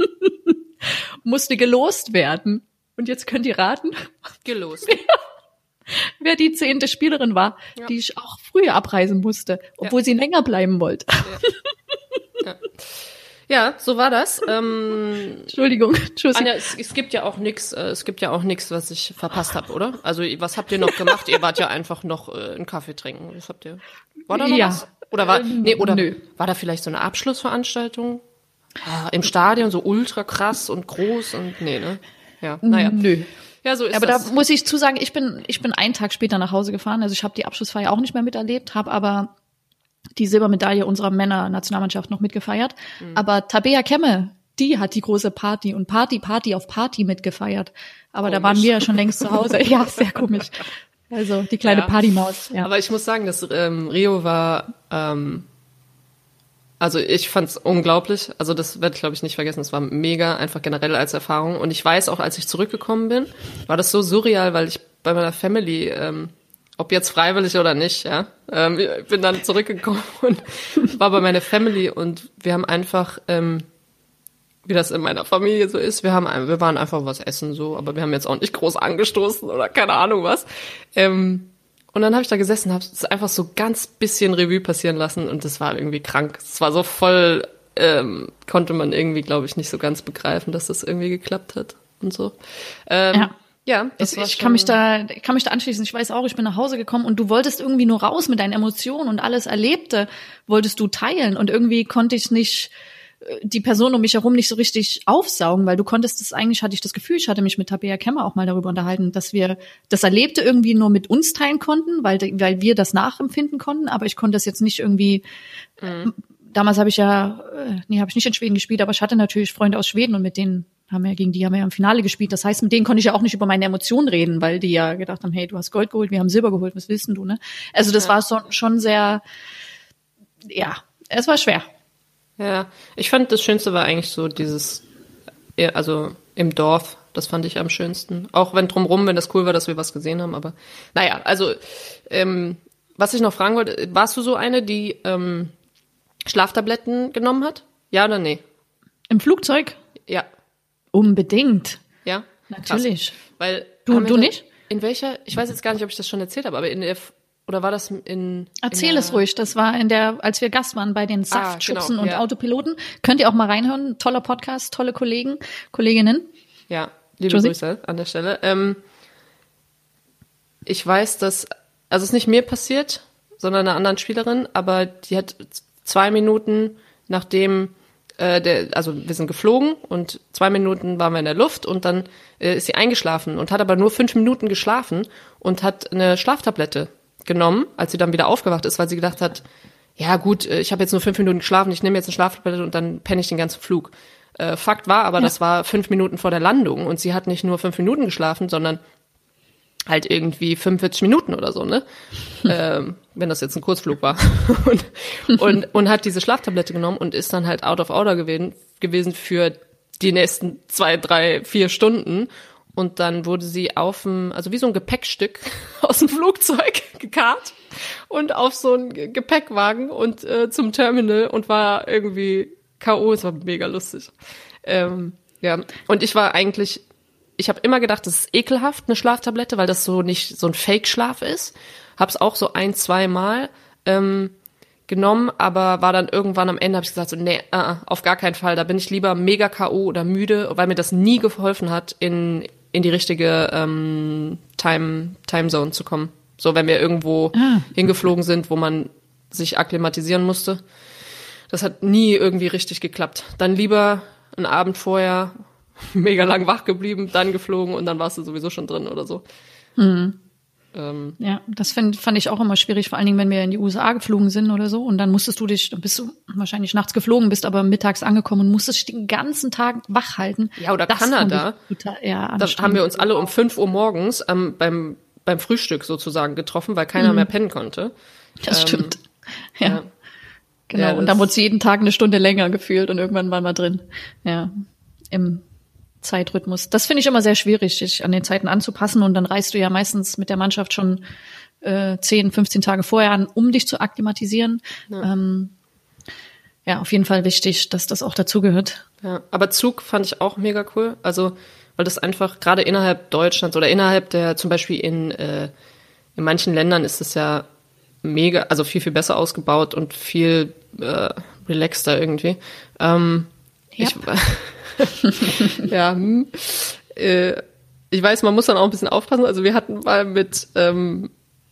musste gelost werden. Und jetzt könnt ihr raten. Gelost. Wer, wer die zehnte Spielerin war, ja. die ich auch früher abreisen musste, obwohl ja. sie länger bleiben wollte. Ja. Ja. Ja, so war das. Ähm, Entschuldigung, Entschuldigung. Anja, es, es gibt ja auch nix, äh, es gibt ja auch nix, was ich verpasst habe, oder? Also was habt ihr noch gemacht? Ihr wart ja einfach noch äh, einen Kaffee trinken. Was habt ihr? War da noch Ja. was? Oder war nee, oder Nö. war da vielleicht so eine Abschlussveranstaltung? Ah, im Stadion so ultra krass und groß und nee, ne? Ja, naja. Nö. Ja, so ist Aber das. da muss ich zusagen, ich bin ich bin einen Tag später nach Hause gefahren. Also ich habe die Abschlussfeier auch nicht mehr miterlebt, habe aber die Silbermedaille unserer Männer-Nationalmannschaft noch mitgefeiert. Mhm. Aber Tabea Kemme, die hat die große Party und Party, Party auf Party mitgefeiert. Aber komisch. Da waren wir ja schon längst zu Hause. Ja, sehr komisch. Also die kleine ja. Partymaus. Ja. Aber ich muss sagen, dass ähm, Rio war, ähm, also ich fand's unglaublich. Also das werde ich, glaube ich, nicht vergessen. Es war mega, einfach generell als Erfahrung. Und ich weiß auch, als ich zurückgekommen bin, war das so surreal, weil ich bei meiner Family... Ähm, ob jetzt freiwillig oder nicht, ja. Ähm, ich bin dann zurückgekommen und war bei meiner Family und wir haben einfach, ähm, wie das in meiner Familie so ist, wir haben, wir waren einfach was essen so, aber wir haben jetzt auch nicht groß angestoßen oder keine Ahnung was. Ähm, und dann habe ich da gesessen, habe es einfach so ganz bisschen Revue passieren lassen und das war irgendwie krank. Es war so voll, ähm, konnte man irgendwie, glaube ich, nicht so ganz begreifen, dass das irgendwie geklappt hat und so. Ähm, ja. Ja, das ich, war ich schon kann mich da, ich kann mich da anschließen. Ich weiß auch, ich bin nach Hause gekommen und du wolltest irgendwie nur raus mit deinen Emotionen und alles Erlebte wolltest du teilen und irgendwie konnte ich nicht die Person um mich herum nicht so richtig aufsaugen, weil du konntest das eigentlich, hatte ich das Gefühl, ich hatte mich mit Tabea Kemme auch mal darüber unterhalten, dass wir das Erlebte irgendwie nur mit uns teilen konnten, weil, weil wir das nachempfinden konnten, aber ich konnte das jetzt nicht irgendwie, mhm. damals habe ich ja, nee, habe ich nicht in Schweden gespielt, aber ich hatte natürlich Freunde aus Schweden und mit denen haben wir gegen die haben wir ja im Finale gespielt. Das heißt, mit denen konnte ich ja auch nicht über meine Emotionen reden, weil die ja gedacht haben, hey, du hast Gold geholt, wir haben Silber geholt, was willst denn du, ne? Also das ja. war so, schon sehr, ja, es war schwer. Ja, ich fand, das Schönste war eigentlich so dieses, also im Dorf, das fand ich am schönsten. Auch wenn drumrum, wenn das cool war, dass wir was gesehen haben, aber naja, also ähm, was ich noch fragen wollte, warst du so eine, die ähm, Schlaftabletten genommen hat? Ja oder nee? Im Flugzeug? Ja. Unbedingt. Ja? Natürlich. Krass. Weil du du nicht? In welcher, ich weiß jetzt gar nicht, ob ich das schon erzählt habe, aber in der, oder war das in... Erzähl in es ruhig, das war in der, als wir Gast waren bei den Saftschubsen ah, genau, und ja. Autopiloten. Könnt ihr auch mal reinhören, toller Podcast, tolle Kollegen, Kolleginnen. Ja, liebe Josie? Grüße an der Stelle. Ähm, ich weiß, dass, also es ist nicht mir passiert, sondern einer anderen Spielerin, aber die hat zwei Minuten nachdem äh, der, also wir sind geflogen und zwei Minuten waren wir in der Luft und dann äh, ist sie eingeschlafen und hat aber nur fünf Minuten geschlafen und hat eine Schlaftablette genommen, als sie dann wieder aufgewacht ist, weil sie gedacht hat, ja gut, ich habe jetzt nur fünf Minuten geschlafen, ich nehme jetzt eine Schlaftablette und dann penne ich den ganzen Flug. Äh, Fakt war aber, ja. das war fünf Minuten vor der Landung und sie hat nicht nur fünf Minuten geschlafen, sondern halt irgendwie fünfundvierzig Minuten oder so, ne? ähm, wenn das jetzt ein Kurzflug war. und, und, und hat diese Schlaftablette genommen und ist dann halt out of order gewesen, gewesen für die nächsten zwei, drei, vier Stunden. Und dann wurde sie auf dem, also wie so ein Gepäckstück aus dem Flugzeug gekarrt und auf so einen Gepäckwagen und äh, zum Terminal und war irgendwie K O. Es war mega lustig. Ähm, ja, und ich war eigentlich, ich habe immer gedacht, das ist ekelhaft, eine Schlaftablette, weil das so nicht so ein Fake-Schlaf ist. Hab's auch so ein, zwei Mal ähm, genommen, aber war dann irgendwann am Ende, habe ich gesagt, so nee, uh, auf gar keinen Fall. Da bin ich lieber mega K O oder müde, weil mir das nie geholfen hat, in in die richtige ähm, Time Timezone zu kommen. So, wenn wir irgendwo ah. hingeflogen sind, wo man sich akklimatisieren musste. Das hat nie irgendwie richtig geklappt. Dann lieber einen Abend vorher mega lang wach geblieben, dann geflogen und dann warst du sowieso schon drin oder so. Mhm. Ähm, ja, das find, fand ich auch immer schwierig, vor allen Dingen, wenn wir in die U S A geflogen sind oder so. Und dann musstest du dich, dann bist du wahrscheinlich nachts geflogen, bist aber mittags angekommen und musstest dich den ganzen Tag wach halten. Ja, oder das Kanada. Total, ja, da haben wir uns alle um fünf Uhr morgens ähm, beim beim Frühstück sozusagen getroffen, weil keiner mhm. mehr pennen konnte. Das ähm, stimmt. Ja. ja. Genau. Ja, und dann wurde es jeden Tag eine Stunde länger gefühlt und irgendwann waren wir drin. Ja. Im Zeitrhythmus. Das finde ich immer sehr schwierig, sich an den Zeiten anzupassen. Und dann reist du ja meistens mit der Mannschaft schon äh, zehn, fünfzehn Tage vorher an, um dich zu akklimatisieren. Ja. Ähm, ja, auf jeden Fall wichtig, dass das auch dazugehört. Ja, aber Zug fand ich auch mega cool. Also, weil das einfach gerade innerhalb Deutschlands oder innerhalb der, zum Beispiel in, äh, in manchen Ländern ist es ja mega, also viel, viel besser ausgebaut und viel äh, relaxter irgendwie. Ähm, Ja. Ich, ja, hm, äh, ich weiß, man muss dann auch ein bisschen aufpassen. Also wir hatten mal mit, ähm,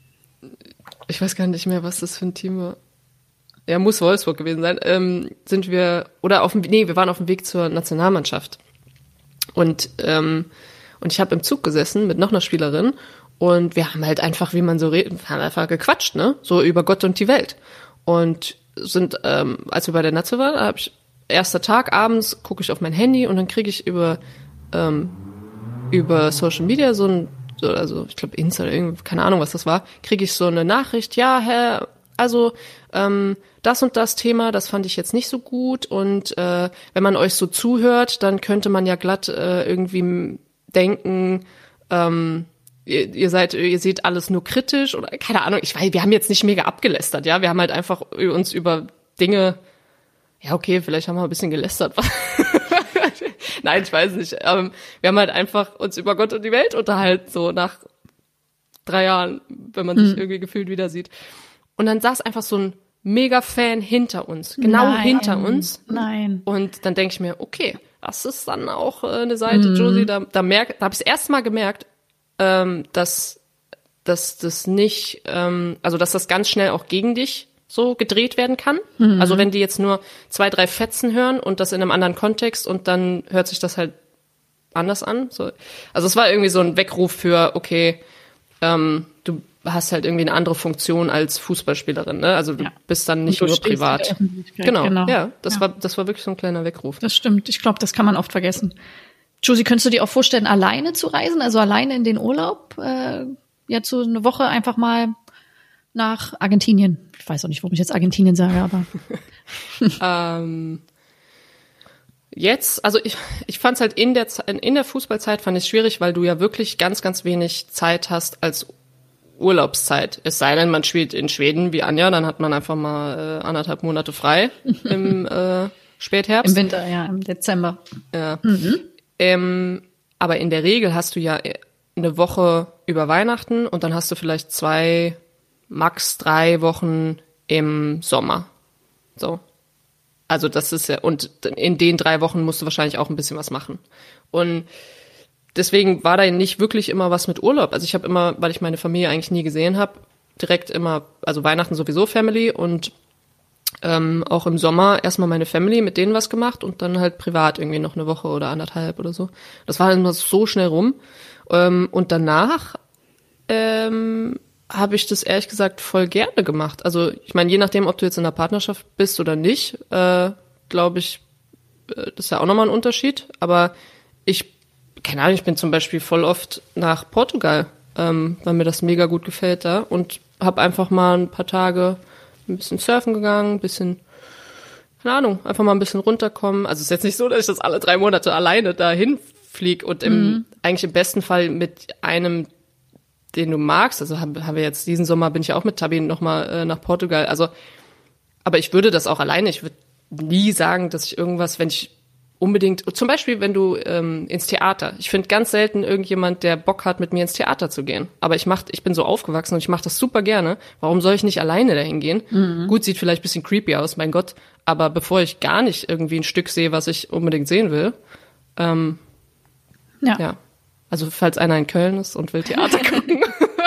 ich weiß gar nicht mehr, was das für ein Team war. Ja, muss Wolfsburg gewesen sein. Ähm, sind wir, oder auf dem, nee, wir waren auf dem Weg zur Nationalmannschaft. Und, ähm, und ich habe im Zug gesessen mit noch einer Spielerin und wir haben halt einfach, wie man so redet, haben einfach gequatscht, ne? So über Gott und die Welt. Und sind, ähm, als wir bei der Nazi waren, habe ich, erster Tag, abends gucke ich auf mein Handy und dann kriege ich über, ähm, über Social Media so ein, so, also ich glaube Insta oder irgendwie, keine Ahnung, was das war, kriege ich so eine Nachricht, ja, Herr, also ähm, das und das Thema, das fand ich jetzt nicht so gut und äh, wenn man euch so zuhört, dann könnte man ja glatt äh, irgendwie denken, ähm, ihr, ihr seid, ihr seht alles nur kritisch oder keine Ahnung, ich weiß, wir haben jetzt nicht mega abgelästert, ja, wir haben halt einfach uns über Dinge, ja okay, vielleicht haben wir ein bisschen gelästert, nein, ich weiß nicht, ähm, wir haben halt einfach uns über Gott und die Welt unterhalten, so nach drei Jahren, wenn man sich hm. irgendwie gefühlt wieder sieht. Und dann saß einfach so ein Mega-Fan hinter uns, genau Nein, hinter uns. Nein. Und dann denke ich mir, okay, das ist dann auch äh, eine Seite, mhm. Josie, da, da, merk, da habe ich das erste Mal gemerkt, ähm, dass, dass das nicht, ähm, also dass das ganz schnell auch gegen dich so gedreht werden kann. Mhm. Also wenn die jetzt nur zwei, drei Fetzen hören und das in einem anderen Kontext und dann hört sich das halt anders an. So. Also es war irgendwie so ein Weckruf für, okay, ähm, du hast halt irgendwie eine andere Funktion als Fußballspielerin, ne? Also du ja. bist dann nicht nur privat. Genau, genau, ja, das ja. war das war wirklich so ein kleiner Weckruf. Das stimmt. Ich glaube, das kann man oft vergessen. Josie, könntest du dir auch vorstellen, alleine zu reisen, also alleine in den Urlaub, äh, jetzt so eine Woche einfach mal nach Argentinien? Ich weiß auch nicht, warum ich jetzt Argentinien sage, aber ähm, jetzt, also ich ich fand es halt in der in der Fußballzeit fand ich schwierig, weil du ja wirklich ganz ganz wenig Zeit hast als Urlaubszeit. Es sei denn, man spielt in Schweden wie Anja, dann hat man einfach mal äh, anderthalb Monate frei im äh, Spätherbst. Im Winter, ja, im Dezember. Ja. Mhm. Ähm, aber in der Regel hast du ja eine Woche über Weihnachten und dann hast du vielleicht zwei, max drei Wochen im Sommer. So. Also das ist ja, und in den drei Wochen musst du wahrscheinlich auch ein bisschen was machen. Und deswegen war da nicht wirklich immer was mit Urlaub. Also ich habe immer, weil ich meine Familie eigentlich nie gesehen habe, direkt immer, also Weihnachten sowieso Family und ähm, auch im Sommer erstmal meine Family, mit denen was gemacht und dann halt privat irgendwie noch eine Woche oder anderthalb oder so. Das war immer so schnell rum. Ähm, und danach ähm, habe ich das ehrlich gesagt voll gerne gemacht. Also ich meine, je nachdem, ob du jetzt in einer Partnerschaft bist oder nicht, äh, glaube ich, äh, das ist ja auch nochmal ein Unterschied. Aber ich keine Ahnung, ich bin zum Beispiel voll oft nach Portugal, ähm, weil mir das mega gut gefällt da und habe einfach mal ein paar Tage ein bisschen surfen gegangen, ein bisschen, keine Ahnung, einfach mal ein bisschen runterkommen. Also es ist jetzt nicht so, dass ich das alle drei Monate alleine dahin fliege und im, mhm. eigentlich im besten Fall mit einem, den du magst. Also haben, haben wir jetzt diesen Sommer, bin ich auch mit Tabi nochmal äh, nach Portugal. Also, aber ich würde das auch alleine, ich würde nie sagen, dass ich irgendwas, wenn ich unbedingt, zum Beispiel, wenn du ähm, ins Theater. Ich finde ganz selten irgendjemand, der Bock hat, mit mir ins Theater zu gehen. Aber ich mach, ich bin so aufgewachsen und ich mache das super gerne. Warum soll ich nicht alleine dahin gehen? Mhm. Gut, sieht vielleicht ein bisschen creepy aus, mein Gott. Aber bevor ich gar nicht irgendwie ein Stück sehe, was ich unbedingt sehen will, ähm, ja. ja. Also falls einer in Köln ist und will Theater gucken.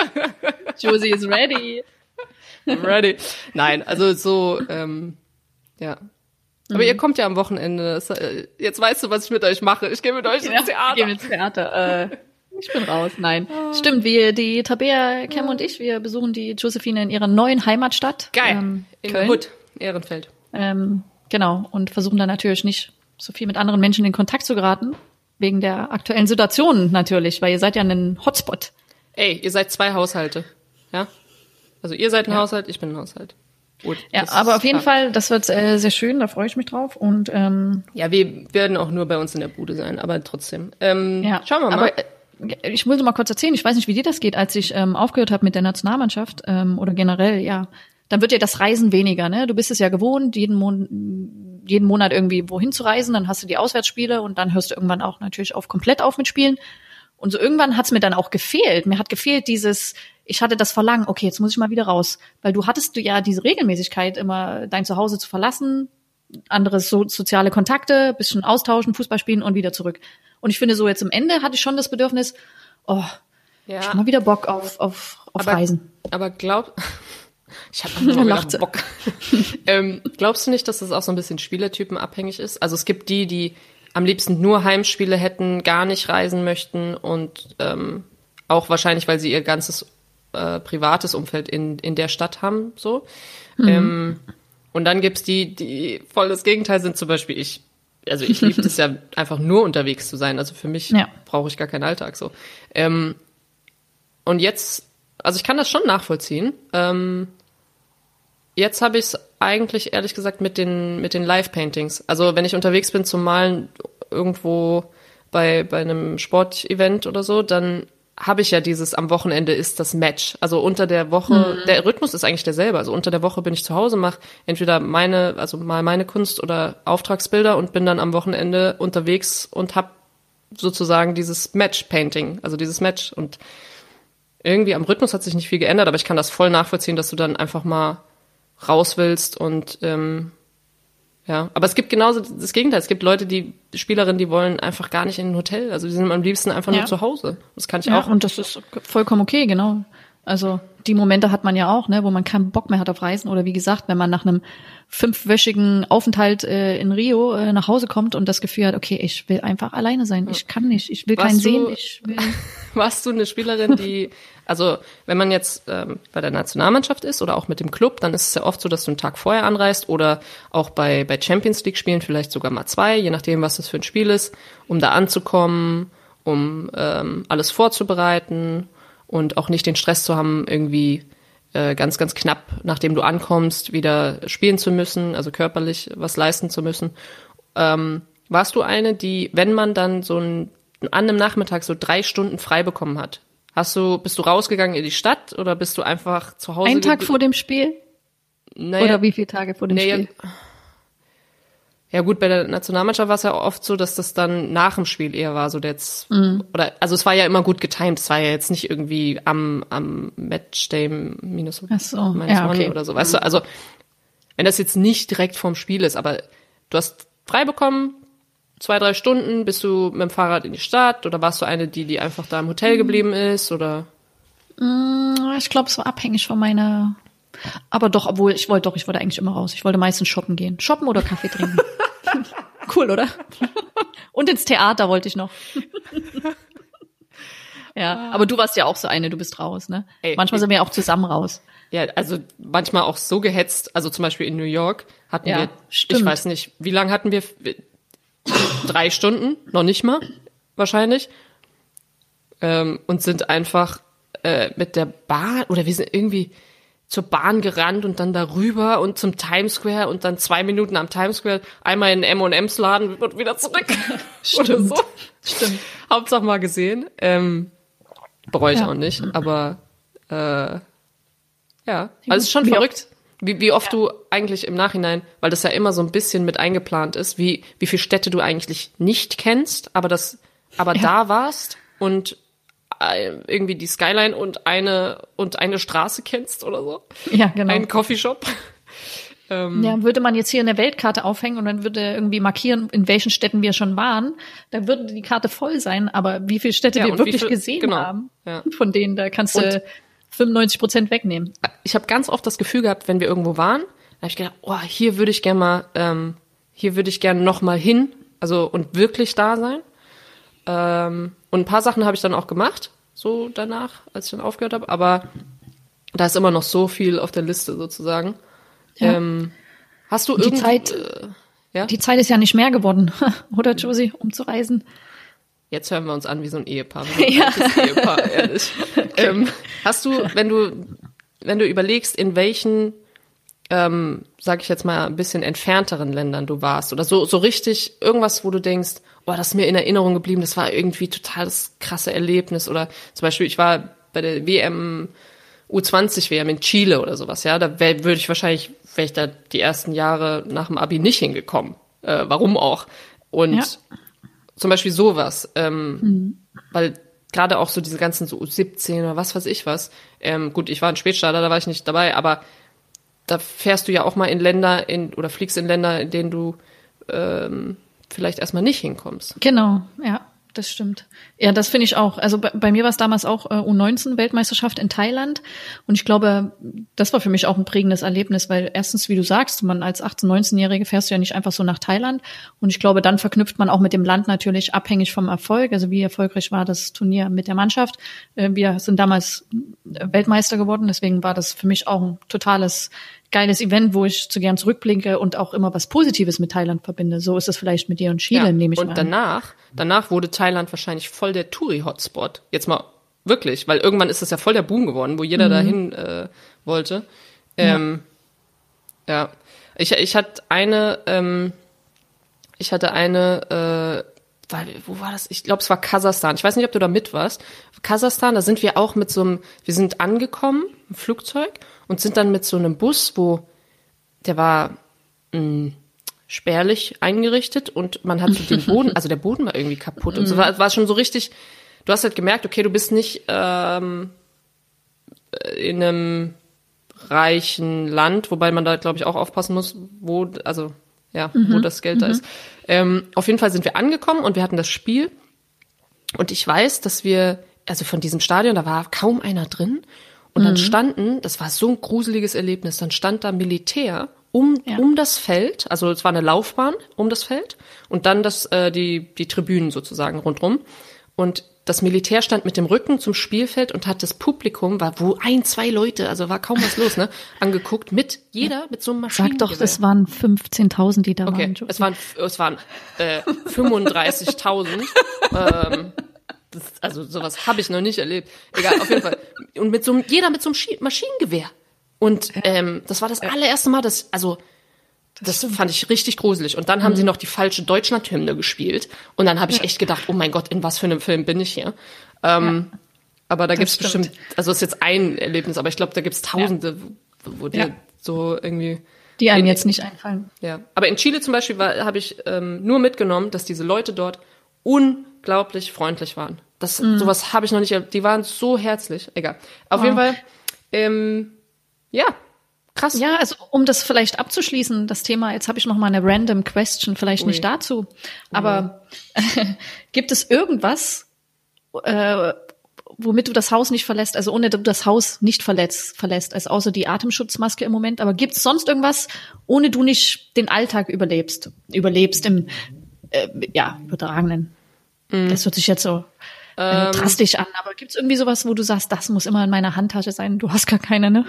Josie is ready. Ready. Nein, also so, ähm, ja. Aber mhm. ihr kommt ja am Wochenende. Das, äh, jetzt weißt du, was ich mit euch mache. Ich gehe mit euch ja, ins Theater. Ich gehe ins Theater. Äh, ich bin raus. Nein. Oh. Stimmt, wir, die Tabea, Cam und ich, wir besuchen die Josephine in ihrer neuen Heimatstadt. Geil. Ähm, in Köln. Hood, Ehrenfeld. Ähm, genau. Und versuchen dann natürlich nicht so viel mit anderen Menschen in Kontakt zu geraten. Wegen der aktuellen Situation natürlich, weil ihr seid ja ein Hotspot. Ey, ihr seid zwei Haushalte. Ja? Also ihr seid ein ja. Haushalt, ich bin ein Haushalt. Gut, ja, aber auf jeden klar. Fall, das wird äh, sehr schön, da freue ich mich drauf. Und ähm, ja, wir werden auch nur bei uns in der Bude sein, aber trotzdem. Ähm, ja, schauen wir mal. Aber, äh, ich muss mal kurz erzählen, ich weiß nicht, wie dir das geht, als ich ähm, aufgehört habe mit der Nationalmannschaft ähm, oder generell, ja, dann wird ja das Reisen weniger, ne? Du bist es ja gewohnt, jeden, Mon- jeden Monat irgendwie wohin zu reisen, dann hast du die Auswärtsspiele und dann hörst du irgendwann auch natürlich auf komplett auf mit Spielen. Und so irgendwann hat's mir dann auch gefehlt. Mir hat gefehlt dieses, ich hatte das Verlangen, okay, jetzt muss ich mal wieder raus. Weil du hattest du ja diese Regelmäßigkeit, immer dein Zuhause zu verlassen, andere so, soziale Kontakte, bisschen austauschen, Fußball spielen und wieder zurück. Und ich finde so jetzt am Ende hatte ich schon das Bedürfnis, oh, Ja. ich hab mal wieder Bock auf, auf, auf aber, Reisen. Aber glaub, ich habe mal wieder Bock. ähm, glaubst du nicht, dass das auch so ein bisschen Spielertypen abhängig ist? Also es gibt die, die am liebsten nur Heimspiele hätten, gar nicht reisen möchten und ähm, auch wahrscheinlich, weil sie ihr ganzes äh, privates Umfeld in, in der Stadt haben, so. Mhm. Ähm, und dann gibt's die, die voll das Gegenteil sind, zum Beispiel ich. Also ich liebe es ja einfach nur unterwegs zu sein. Also für mich ja. brauche ich gar keinen Alltag so. Ähm, und jetzt, also ich kann das schon nachvollziehen. Ähm, jetzt habe ich es eigentlich ehrlich gesagt mit den mit den Live-Paintings. Also wenn ich unterwegs bin zum Malen irgendwo bei bei einem Sportevent oder so, dann habe ich ja dieses am Wochenende ist das Match. Also unter der Woche, mhm. der Rhythmus ist eigentlich derselbe. Also unter der Woche bin ich zu Hause, mache entweder meine, also mal meine Kunst oder Auftragsbilder und bin dann am Wochenende unterwegs und habe sozusagen dieses Match-Painting, also dieses Match. Und irgendwie am Rhythmus hat sich nicht viel geändert, aber ich kann das voll nachvollziehen, dass du dann einfach mal raus willst und ähm, ja, aber es gibt genauso das Gegenteil. Es gibt Leute, die Spielerinnen, die wollen einfach gar nicht in ein Hotel. Also die sind am liebsten einfach ja. nur zu Hause. Das kann ich ja, auch. Und das ist vollkommen okay, genau. Also die Momente hat man ja auch, ne, wo man keinen Bock mehr hat auf Reisen oder wie gesagt, wenn man nach einem fünfwöchigen Aufenthalt äh, in Rio äh, nach Hause kommt und das Gefühl hat, okay, ich will einfach alleine sein. Ich kann nicht, ich will warst keinen du, sehen. Ich will warst du eine Spielerin, die, also wenn man jetzt ähm, bei der Nationalmannschaft ist oder auch mit dem Club, dann ist es ja oft so, dass du einen Tag vorher anreist oder auch bei bei Champions League Spielen vielleicht sogar mal zwei, je nachdem, was das für ein Spiel ist, um da anzukommen, um ähm, alles vorzubereiten und auch nicht den Stress zu haben, irgendwie äh, ganz, ganz knapp, nachdem du ankommst, wieder spielen zu müssen, also körperlich was leisten zu müssen. Ähm, warst du eine, die, wenn man dann so ein, an einem Nachmittag so drei Stunden frei bekommen hat, hast du, bist du rausgegangen in die Stadt oder bist du einfach zu Hause? Einen Tag vor dem Spiel? Naja, oder wie viele Tage vor dem naja, Spiel? Ja gut, bei der Nationalmannschaft war es ja oft so, dass das dann nach dem Spiel eher war, so der jetzt, mm. oder, also es war ja immer gut getimed, es war ja jetzt nicht irgendwie am, am Matchday minus, so. minus ja, one okay. oder so, weißt du, also, wenn das jetzt nicht direkt vorm Spiel ist, aber du hast frei bekommen, zwei, drei Stunden, bist du mit dem Fahrrad in die Stadt oder warst du eine, die, die einfach da im Hotel geblieben ist oder? Ich glaube, es war abhängig von meiner, aber doch, obwohl, ich wollte doch, ich wollte eigentlich immer raus, ich wollte meistens shoppen gehen, shoppen oder Kaffee trinken. Cool, oder? Und ins Theater wollte ich noch. Ja, aber du warst ja auch so eine, du bist raus, ne? Ey, Manchmal sind wir auch zusammen raus. Ja, also manchmal auch so gehetzt, also zum Beispiel in New York hatten ja, wir, stimmt. ich weiß nicht, wie lange hatten wir? Drei Stunden, noch nicht mal, wahrscheinlich. Ähm, und sind einfach äh, mit der Bahn, oder wir sind irgendwie zur Bahn gerannt und dann darüber und zum Times Square und dann zwei Minuten am Times Square, einmal in M und M's Laden und wieder zurück. Stimmt. So. Stimmt. Hauptsache mal gesehen. Ähm, bereue ich ja. auch nicht, aber äh, ja, also es ist schon wie verrückt, wie, wie oft ja. du eigentlich im Nachhinein, weil das ja immer so ein bisschen mit eingeplant ist, wie, wie viele Städte du eigentlich nicht kennst, aber das, aber ja. da warst und irgendwie die Skyline und eine und eine Straße kennst oder so. Ja, genau. Einen Coffeeshop. ähm, ja, würde man jetzt hier eine Weltkarte aufhängen und dann würde irgendwie markieren, in welchen Städten wir schon waren, da würde die Karte voll sein, aber wie viele Städte ja, wir wirklich viel, gesehen genau, haben, ja. von denen, da kannst du und fünfundneunzig Prozent wegnehmen. Ich habe ganz oft das Gefühl gehabt, wenn wir irgendwo waren, da habe ich gedacht, oh, hier würde ich gerne mal, ähm, hier würde ich gerne noch mal hin, also und wirklich da sein. Ähm, und ein paar Sachen habe ich dann auch gemacht, so danach, als ich dann aufgehört habe. Aber da ist immer noch so viel auf der Liste sozusagen. Ja. Ähm, hast du die irgend, Zeit? Äh, ja? Die Zeit ist ja nicht mehr geworden, oder Josie, um zu reisen? Jetzt hören wir uns an wie so ein Ehepaar. Wie so ein ja. Ehepaar, ehrlich. Okay. Ähm, hast du, wenn du, wenn du überlegst, in welchen ähm, sag ich jetzt mal, ein bisschen entfernteren Ländern du warst oder so so richtig irgendwas, wo du denkst, oh, das ist mir in Erinnerung geblieben, das war irgendwie total das krasse Erlebnis oder zum Beispiel, ich war bei der W M, U zwanzig W M in Chile oder sowas, ja, da würde ich wahrscheinlich, wäre ich da die ersten Jahre nach dem Abi nicht hingekommen, äh, warum auch und ja. Zum Beispiel sowas, ähm, mhm. weil gerade auch so diese ganzen so U siebzehn oder was weiß ich was, ähm, gut, ich war ein Spätstarter, da war ich nicht dabei, aber da fährst du ja auch mal in Länder in oder fliegst in Länder, in denen du ähm, vielleicht erstmal nicht hinkommst. Genau, ja. Das stimmt. Ja, das finde ich auch. Also bei, bei mir war es damals auch äh, U neunzehn Weltmeisterschaft in Thailand. Und ich glaube, das war für mich auch ein prägendes Erlebnis, weil erstens, wie du sagst, man als achtzehn-, neunzehnjährige fährst du ja nicht einfach so nach Thailand. Und ich glaube, dann verknüpft man auch mit dem Land natürlich abhängig vom Erfolg. Also wie erfolgreich war das Turnier mit der Mannschaft. Äh, wir sind damals Weltmeister geworden. Deswegen war das für mich auch ein totales geiles Event, wo ich zu gern zurückblinke und auch immer was Positives mit Thailand verbinde. So ist es vielleicht mit dir und Chile, ja, nehme ich und mal an. Und danach, danach wurde Thailand wahrscheinlich voll der Touri-Hotspot. Jetzt mal wirklich, weil irgendwann ist das ja voll der Boom geworden, wo jeder mhm. dahin äh, wollte. Ähm, ja. ja. Ich, ich hatte eine, ähm, ich hatte eine, äh, weil, wo war das? Ich glaube, es war Kasachstan. Ich weiß nicht, ob du da mit warst. Kasachstan, da sind wir auch mit so einem, wir sind angekommen, im Flugzeug, und sind dann mit so einem Bus, wo, der war mh, spärlich eingerichtet und man hat so den Boden, also der Boden war irgendwie kaputt und so, war, war schon so richtig, du hast halt gemerkt, okay, du bist nicht ähm, in einem reichen Land, wobei man da, glaube ich, auch aufpassen muss, wo, also, ja, mhm. wo das Geld mhm. da ist. Ähm, auf jeden Fall sind wir angekommen und wir hatten das Spiel und ich weiß, dass wir, also von diesem Stadion, da war kaum einer drin. Und dann standen, das war so ein gruseliges Erlebnis, dann stand da Militär um ja. um das Feld, also es war eine Laufbahn um das Feld und dann das äh, die die Tribünen sozusagen rundrum. Und das Militär stand mit dem Rücken zum Spielfeld und hat das Publikum, war wo ein, zwei Leute, also war kaum was los, ne, angeguckt, mit jeder mit so einem Maschinengewehr. Sag doch, es waren fünfzehntausend, die da okay, waren. Okay, es waren es waren äh, fünfunddreißigtausend. ähm, Das, also sowas habe ich noch nicht erlebt. Egal, auf jeden Fall. Und mit so einem, jeder mit so einem Maschinengewehr. Und ähm, das war das allererste Mal, dass, also das, das fand ich richtig gruselig. Und dann haben mhm. sie noch die falsche Deutschlandhymne gespielt. Und dann habe ich ja. echt gedacht, oh mein Gott, in was für einem Film bin ich hier? Ähm, ja. Aber da gibt's bestimmt, also das ist jetzt ein Erlebnis, aber ich glaube, da gibt's Tausende, ja. wo, wo dir ja. so irgendwie... Die einem in, jetzt nicht einfallen. Ja, aber in Chile zum Beispiel habe ich ähm, nur mitgenommen, dass diese Leute dort unglaublich freundlich waren. Das, mm. sowas habe ich noch nicht erlebt. Die waren so herzlich. Egal. Auf oh. jeden Fall, ähm, ja, krass. Ja, also um das vielleicht abzuschließen, das Thema, jetzt habe ich noch mal eine random question, vielleicht Ui. nicht dazu, aber ja. gibt es irgendwas, äh, womit du das Haus nicht verlässt, also ohne dass du das Haus nicht verletzt, verlässt, also außer die Atemschutzmaske im Moment, aber gibt es sonst irgendwas, ohne du nicht den Alltag überlebst, überlebst im äh, ja, übertragenen. Mm. Das hört sich jetzt so äh, ähm, drastisch an, aber gibt's irgendwie sowas, wo du sagst, das muss immer in meiner Handtasche sein, du hast gar keine, ne?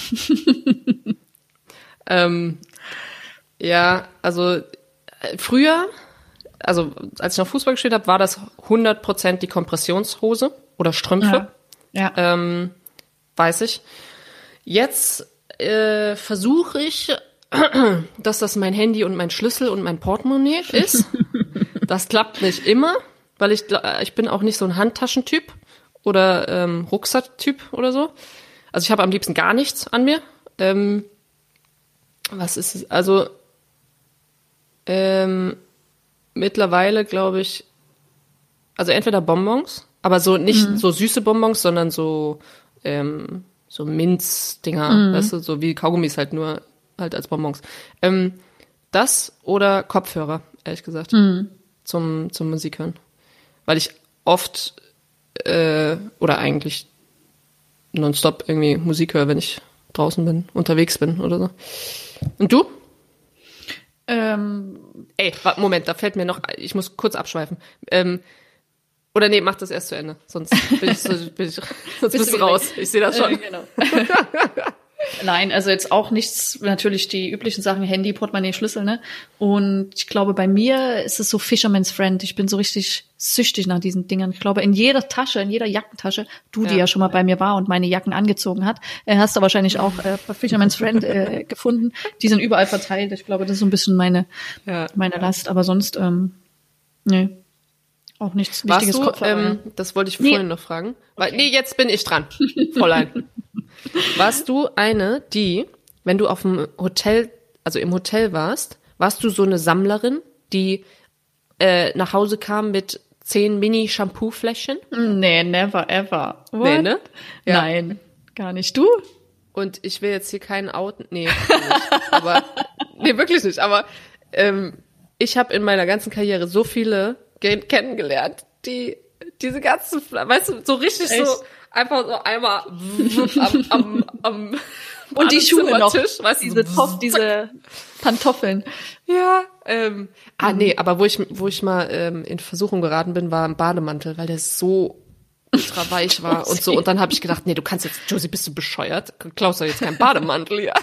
ähm, ja, also äh, früher, also als ich noch Fußball gespielt habe, war das hundert Prozent die Kompressionshose oder Strümpfe. Ja. ja. Ähm, weiß ich. Jetzt äh, versuche ich, dass das mein Handy und mein Schlüssel und mein Portemonnaie ist. Das klappt nicht immer, weil ich ich bin auch nicht so ein Handtaschentyp oder ähm, Rucksacktyp oder so. Also ich habe am liebsten gar nichts an mir. Ähm, was ist es? Also ähm, mittlerweile glaube ich, also entweder Bonbons, aber so nicht mhm. so süße Bonbons, sondern so ähm, so Minz-Dinger, mhm. weißt du, so wie Kaugummis halt nur halt als Bonbons. Ähm, das oder Kopfhörer, ehrlich gesagt, mhm. zum zum Musik hören. Weil ich oft äh, oder eigentlich nonstop irgendwie Musik höre, wenn ich draußen bin, unterwegs bin oder so. Und du? Ähm, Ey, Moment, da fällt mir noch, ich muss kurz abschweifen. Ähm, oder nee, mach das erst zu Ende, sonst bin ich, so, bin ich sonst bist du raus. Ich sehe das schon. Äh, genau. Nein, also jetzt auch nichts, natürlich die üblichen Sachen, Handy, Portemonnaie, Schlüssel, ne? Und ich glaube, bei mir ist es so Fisherman's Friend. Ich bin so richtig süchtig nach diesen Dingern. Ich glaube, in jeder Tasche, in jeder Jackentasche, du, die ja, ja schon mal bei mir war und meine Jacken angezogen hat, äh, hast du wahrscheinlich auch äh, bei Fisherman's Friend äh, gefunden. Die sind überall verteilt. Ich glaube, das ist so ein bisschen meine, ja, meine ja. Last. Aber sonst, ähm, nee. Auch nichts Wichtiges. Warst du, ähm, das wollte ich vorhin nee. noch fragen. Weil, okay. Nee, jetzt bin ich dran. Fräulein. Warst du eine, die, wenn du auf dem Hotel, also im Hotel warst, warst du so eine Sammlerin, die äh, nach Hause kam mit zehn Mini-Shampoo-Fläschchen? Nee, never ever. What? Nee, ne? Ja. Nein, gar nicht. Du? Und ich will jetzt hier keinen outen. Nee, nicht. Aber nee, wirklich nicht. Aber ähm, ich habe in meiner ganzen Karriere so viele ge- kennengelernt, die diese ganzen, weißt du, so richtig Echt? so einfach so einmal am, am, am und die Schuhe noch, weißt du, diese so Top, diese Pantoffeln. Ja, ähm, ah nee, aber wo ich wo ich mal ähm, in Versuchung geraten bin, war ein Bademantel, weil der so ultra weich war und so. Und dann habe ich gedacht, nee, du kannst jetzt, Josie, bist du bescheuert? Klaust du jetzt keinen Bademantel, ja.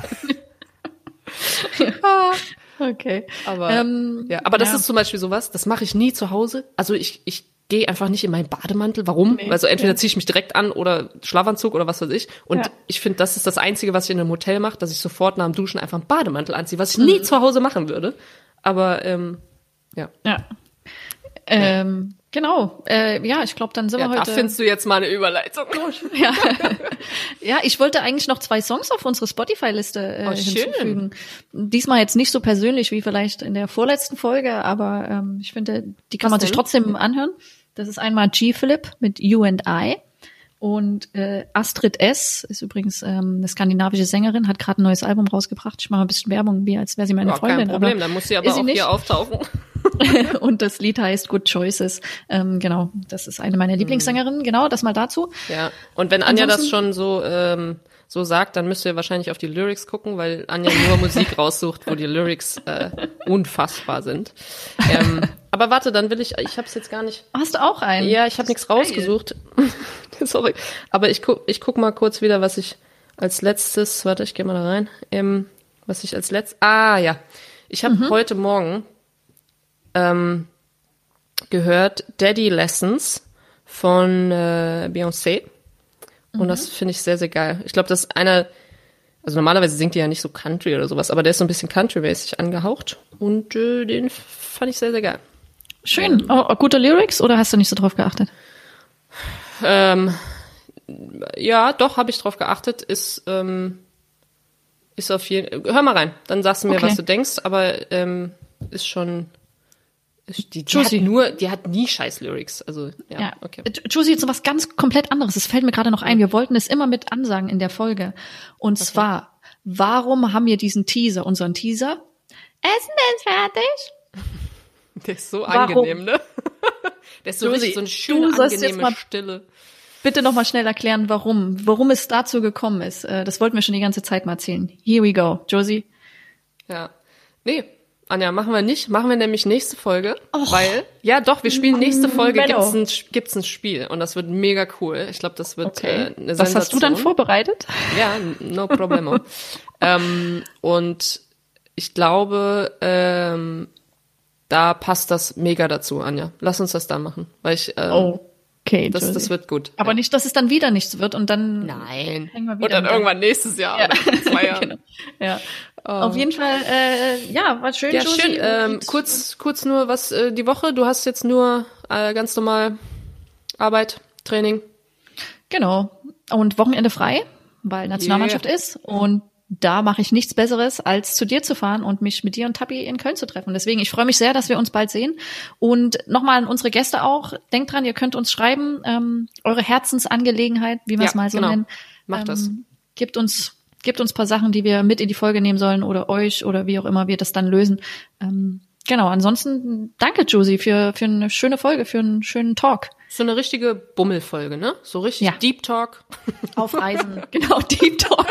ah, okay. Aber, ähm, ja, aber das ja. ist zum Beispiel sowas, das mache ich nie zu Hause. Also ich, ich gehe einfach nicht in meinen Bademantel. Warum? Nee, also entweder ja. ziehe ich mich direkt an oder Schlafanzug oder was weiß ich. Und ja. ich finde, das ist das Einzige, was ich in einem Hotel mache, dass ich sofort nach dem Duschen einfach einen Bademantel anziehe, was ich nie mhm. zu Hause machen würde. Aber, ähm, ja. Ja. Ähm, genau. Äh, ja, ich glaube, dann sind ja, wir heute. Da findest du jetzt mal eine Überleitung. ja. ja, ich wollte eigentlich noch zwei Songs auf unsere Spotify-Liste äh, oh, hinzufügen. Schön. Diesmal jetzt nicht so persönlich wie vielleicht in der vorletzten Folge, aber ähm, ich finde, die kann Was man denn? sich trotzdem anhören. Das ist einmal G-Philip mit You and I. Und äh, Astrid S. ist übrigens ähm, eine skandinavische Sängerin, hat gerade ein neues Album rausgebracht. Ich mache ein bisschen Werbung, wie als wäre sie meine ja, Freundin. Kein Problem, dann muss sie aber auch sie hier auftauchen. Und das Lied heißt Good Choices. Ähm, genau, das ist eine meiner Lieblingssängerinnen. Genau, das mal dazu. Ja, und wenn Anja Ansonsten, das schon so ähm, so sagt, dann müsst ihr wahrscheinlich auf die Lyrics gucken, weil Anja nur Musik raussucht, wo die Lyrics äh, unfassbar sind. Ähm, aber warte, dann will ich, ich habe es jetzt gar nicht. Hast du auch einen? Ja, ich habe nichts rausgesucht. Sorry, aber ich guck, ich guck mal kurz wieder, was ich als letztes, warte, ich gehe mal da rein, ähm, was ich als letztes, ah ja, ich habe mhm. heute Morgen ähm, gehört Daddy Lessons von äh, Beyoncé. Und mhm. das finde ich sehr, sehr geil. Ich glaube, das ist einer, also normalerweise singt die ja nicht so Country oder sowas, aber der ist so ein bisschen Country-mäßig angehaucht. Und äh, den fand ich sehr, sehr geil. Schön. Ähm, oh, gute Lyrics oder hast du nicht so drauf geachtet? Ähm, ja, doch, habe ich drauf geachtet. Ist, ähm, ist auf jeden Hör mal rein, dann sagst du mir, okay. was du denkst, aber ähm, ist schon. Die, die hat nur, die hat nie scheiß Lyrics. Also, ja, ja. okay. Josie, jetzt so was ganz komplett anderes. Das fällt mir gerade noch ein. Wir wollten es immer mit ansagen in der Folge. Und okay. zwar, warum haben wir diesen Teaser, unseren Teaser? Essen ist fertig. Der ist so warum? angenehm, ne? Der ist so Josie, richtig, so eine schöne, angenehme mal Stille. Bitte noch mal schnell erklären, warum, warum es dazu gekommen ist. Das wollten wir schon die ganze Zeit mal erzählen. Here we go. Josie? Ja. Nee. Anja, machen wir nicht. Machen wir nämlich nächste Folge, Och, weil, ja doch, wir spielen nächste Folge, gibt's ein, gibt's ein Spiel und das wird mega cool. Ich glaube, das wird okay. äh, eine Sensation. Was hast du dann vorbereitet? Ja, no problemo. ähm, und ich glaube, ähm, da passt das mega dazu, Anja. Lass uns das da machen, weil ich, ähm, oh. Okay, das, das wird gut. Aber ja. nicht, dass es dann wieder nichts wird und dann Nein. hängen wir wieder und dann irgendwann nächstes Jahr ja. oder in zwei Jahren. genau. Ja. Oh. Auf jeden Fall, äh, ja, war schön. Ja, Josie. schön. Ähm, kurz, kurz nur was äh, die Woche. Du hast jetzt nur äh, ganz normal Arbeit, Training. Genau. Und Wochenende frei, weil Nationalmannschaft yeah. ist und da mache ich nichts Besseres, als zu dir zu fahren und mich mit dir und Tappi in Köln zu treffen. Deswegen, ich freue mich sehr, dass wir uns bald sehen. Und nochmal an unsere Gäste auch, denkt dran, ihr könnt uns schreiben, ähm, eure Herzensangelegenheit, wie wir es ja, mal so genau. nennen. Macht ähm, das. Gebt uns, gebt uns ein paar Sachen, die wir mit in die Folge nehmen sollen oder euch oder wie auch immer wir das dann lösen. Ähm, genau, ansonsten danke, Josie, für, für eine schöne Folge, für einen schönen Talk. So eine richtige Bummelfolge, ne? So richtig ja. Deep Talk. Auf Reisen, genau, Deep Talk.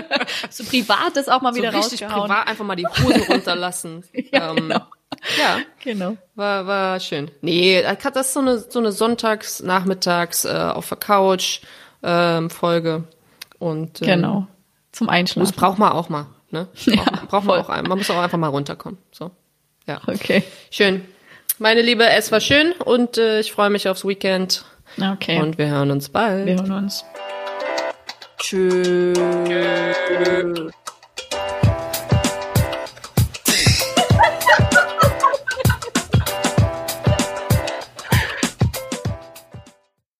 So Privates auch mal so wieder richtig rausgehauen. Privat einfach mal die Hose runterlassen. ja, ähm, genau. Ja, genau. War, war schön. Nee, das ist so eine, so eine Sonntags-, Nachmittags- äh, auf der Couch ähm, Folge. Und, ähm, genau, zum Einschlafen. Das braucht man auch mal, ne? Braucht, ja, braucht man auch ein. Man muss auch einfach mal runterkommen. So, ja. Okay. Schön. Meine Liebe, es war schön und äh, ich freue mich aufs Weekend. Okay. Und wir hören uns bald. Wir hören uns. Tschüss.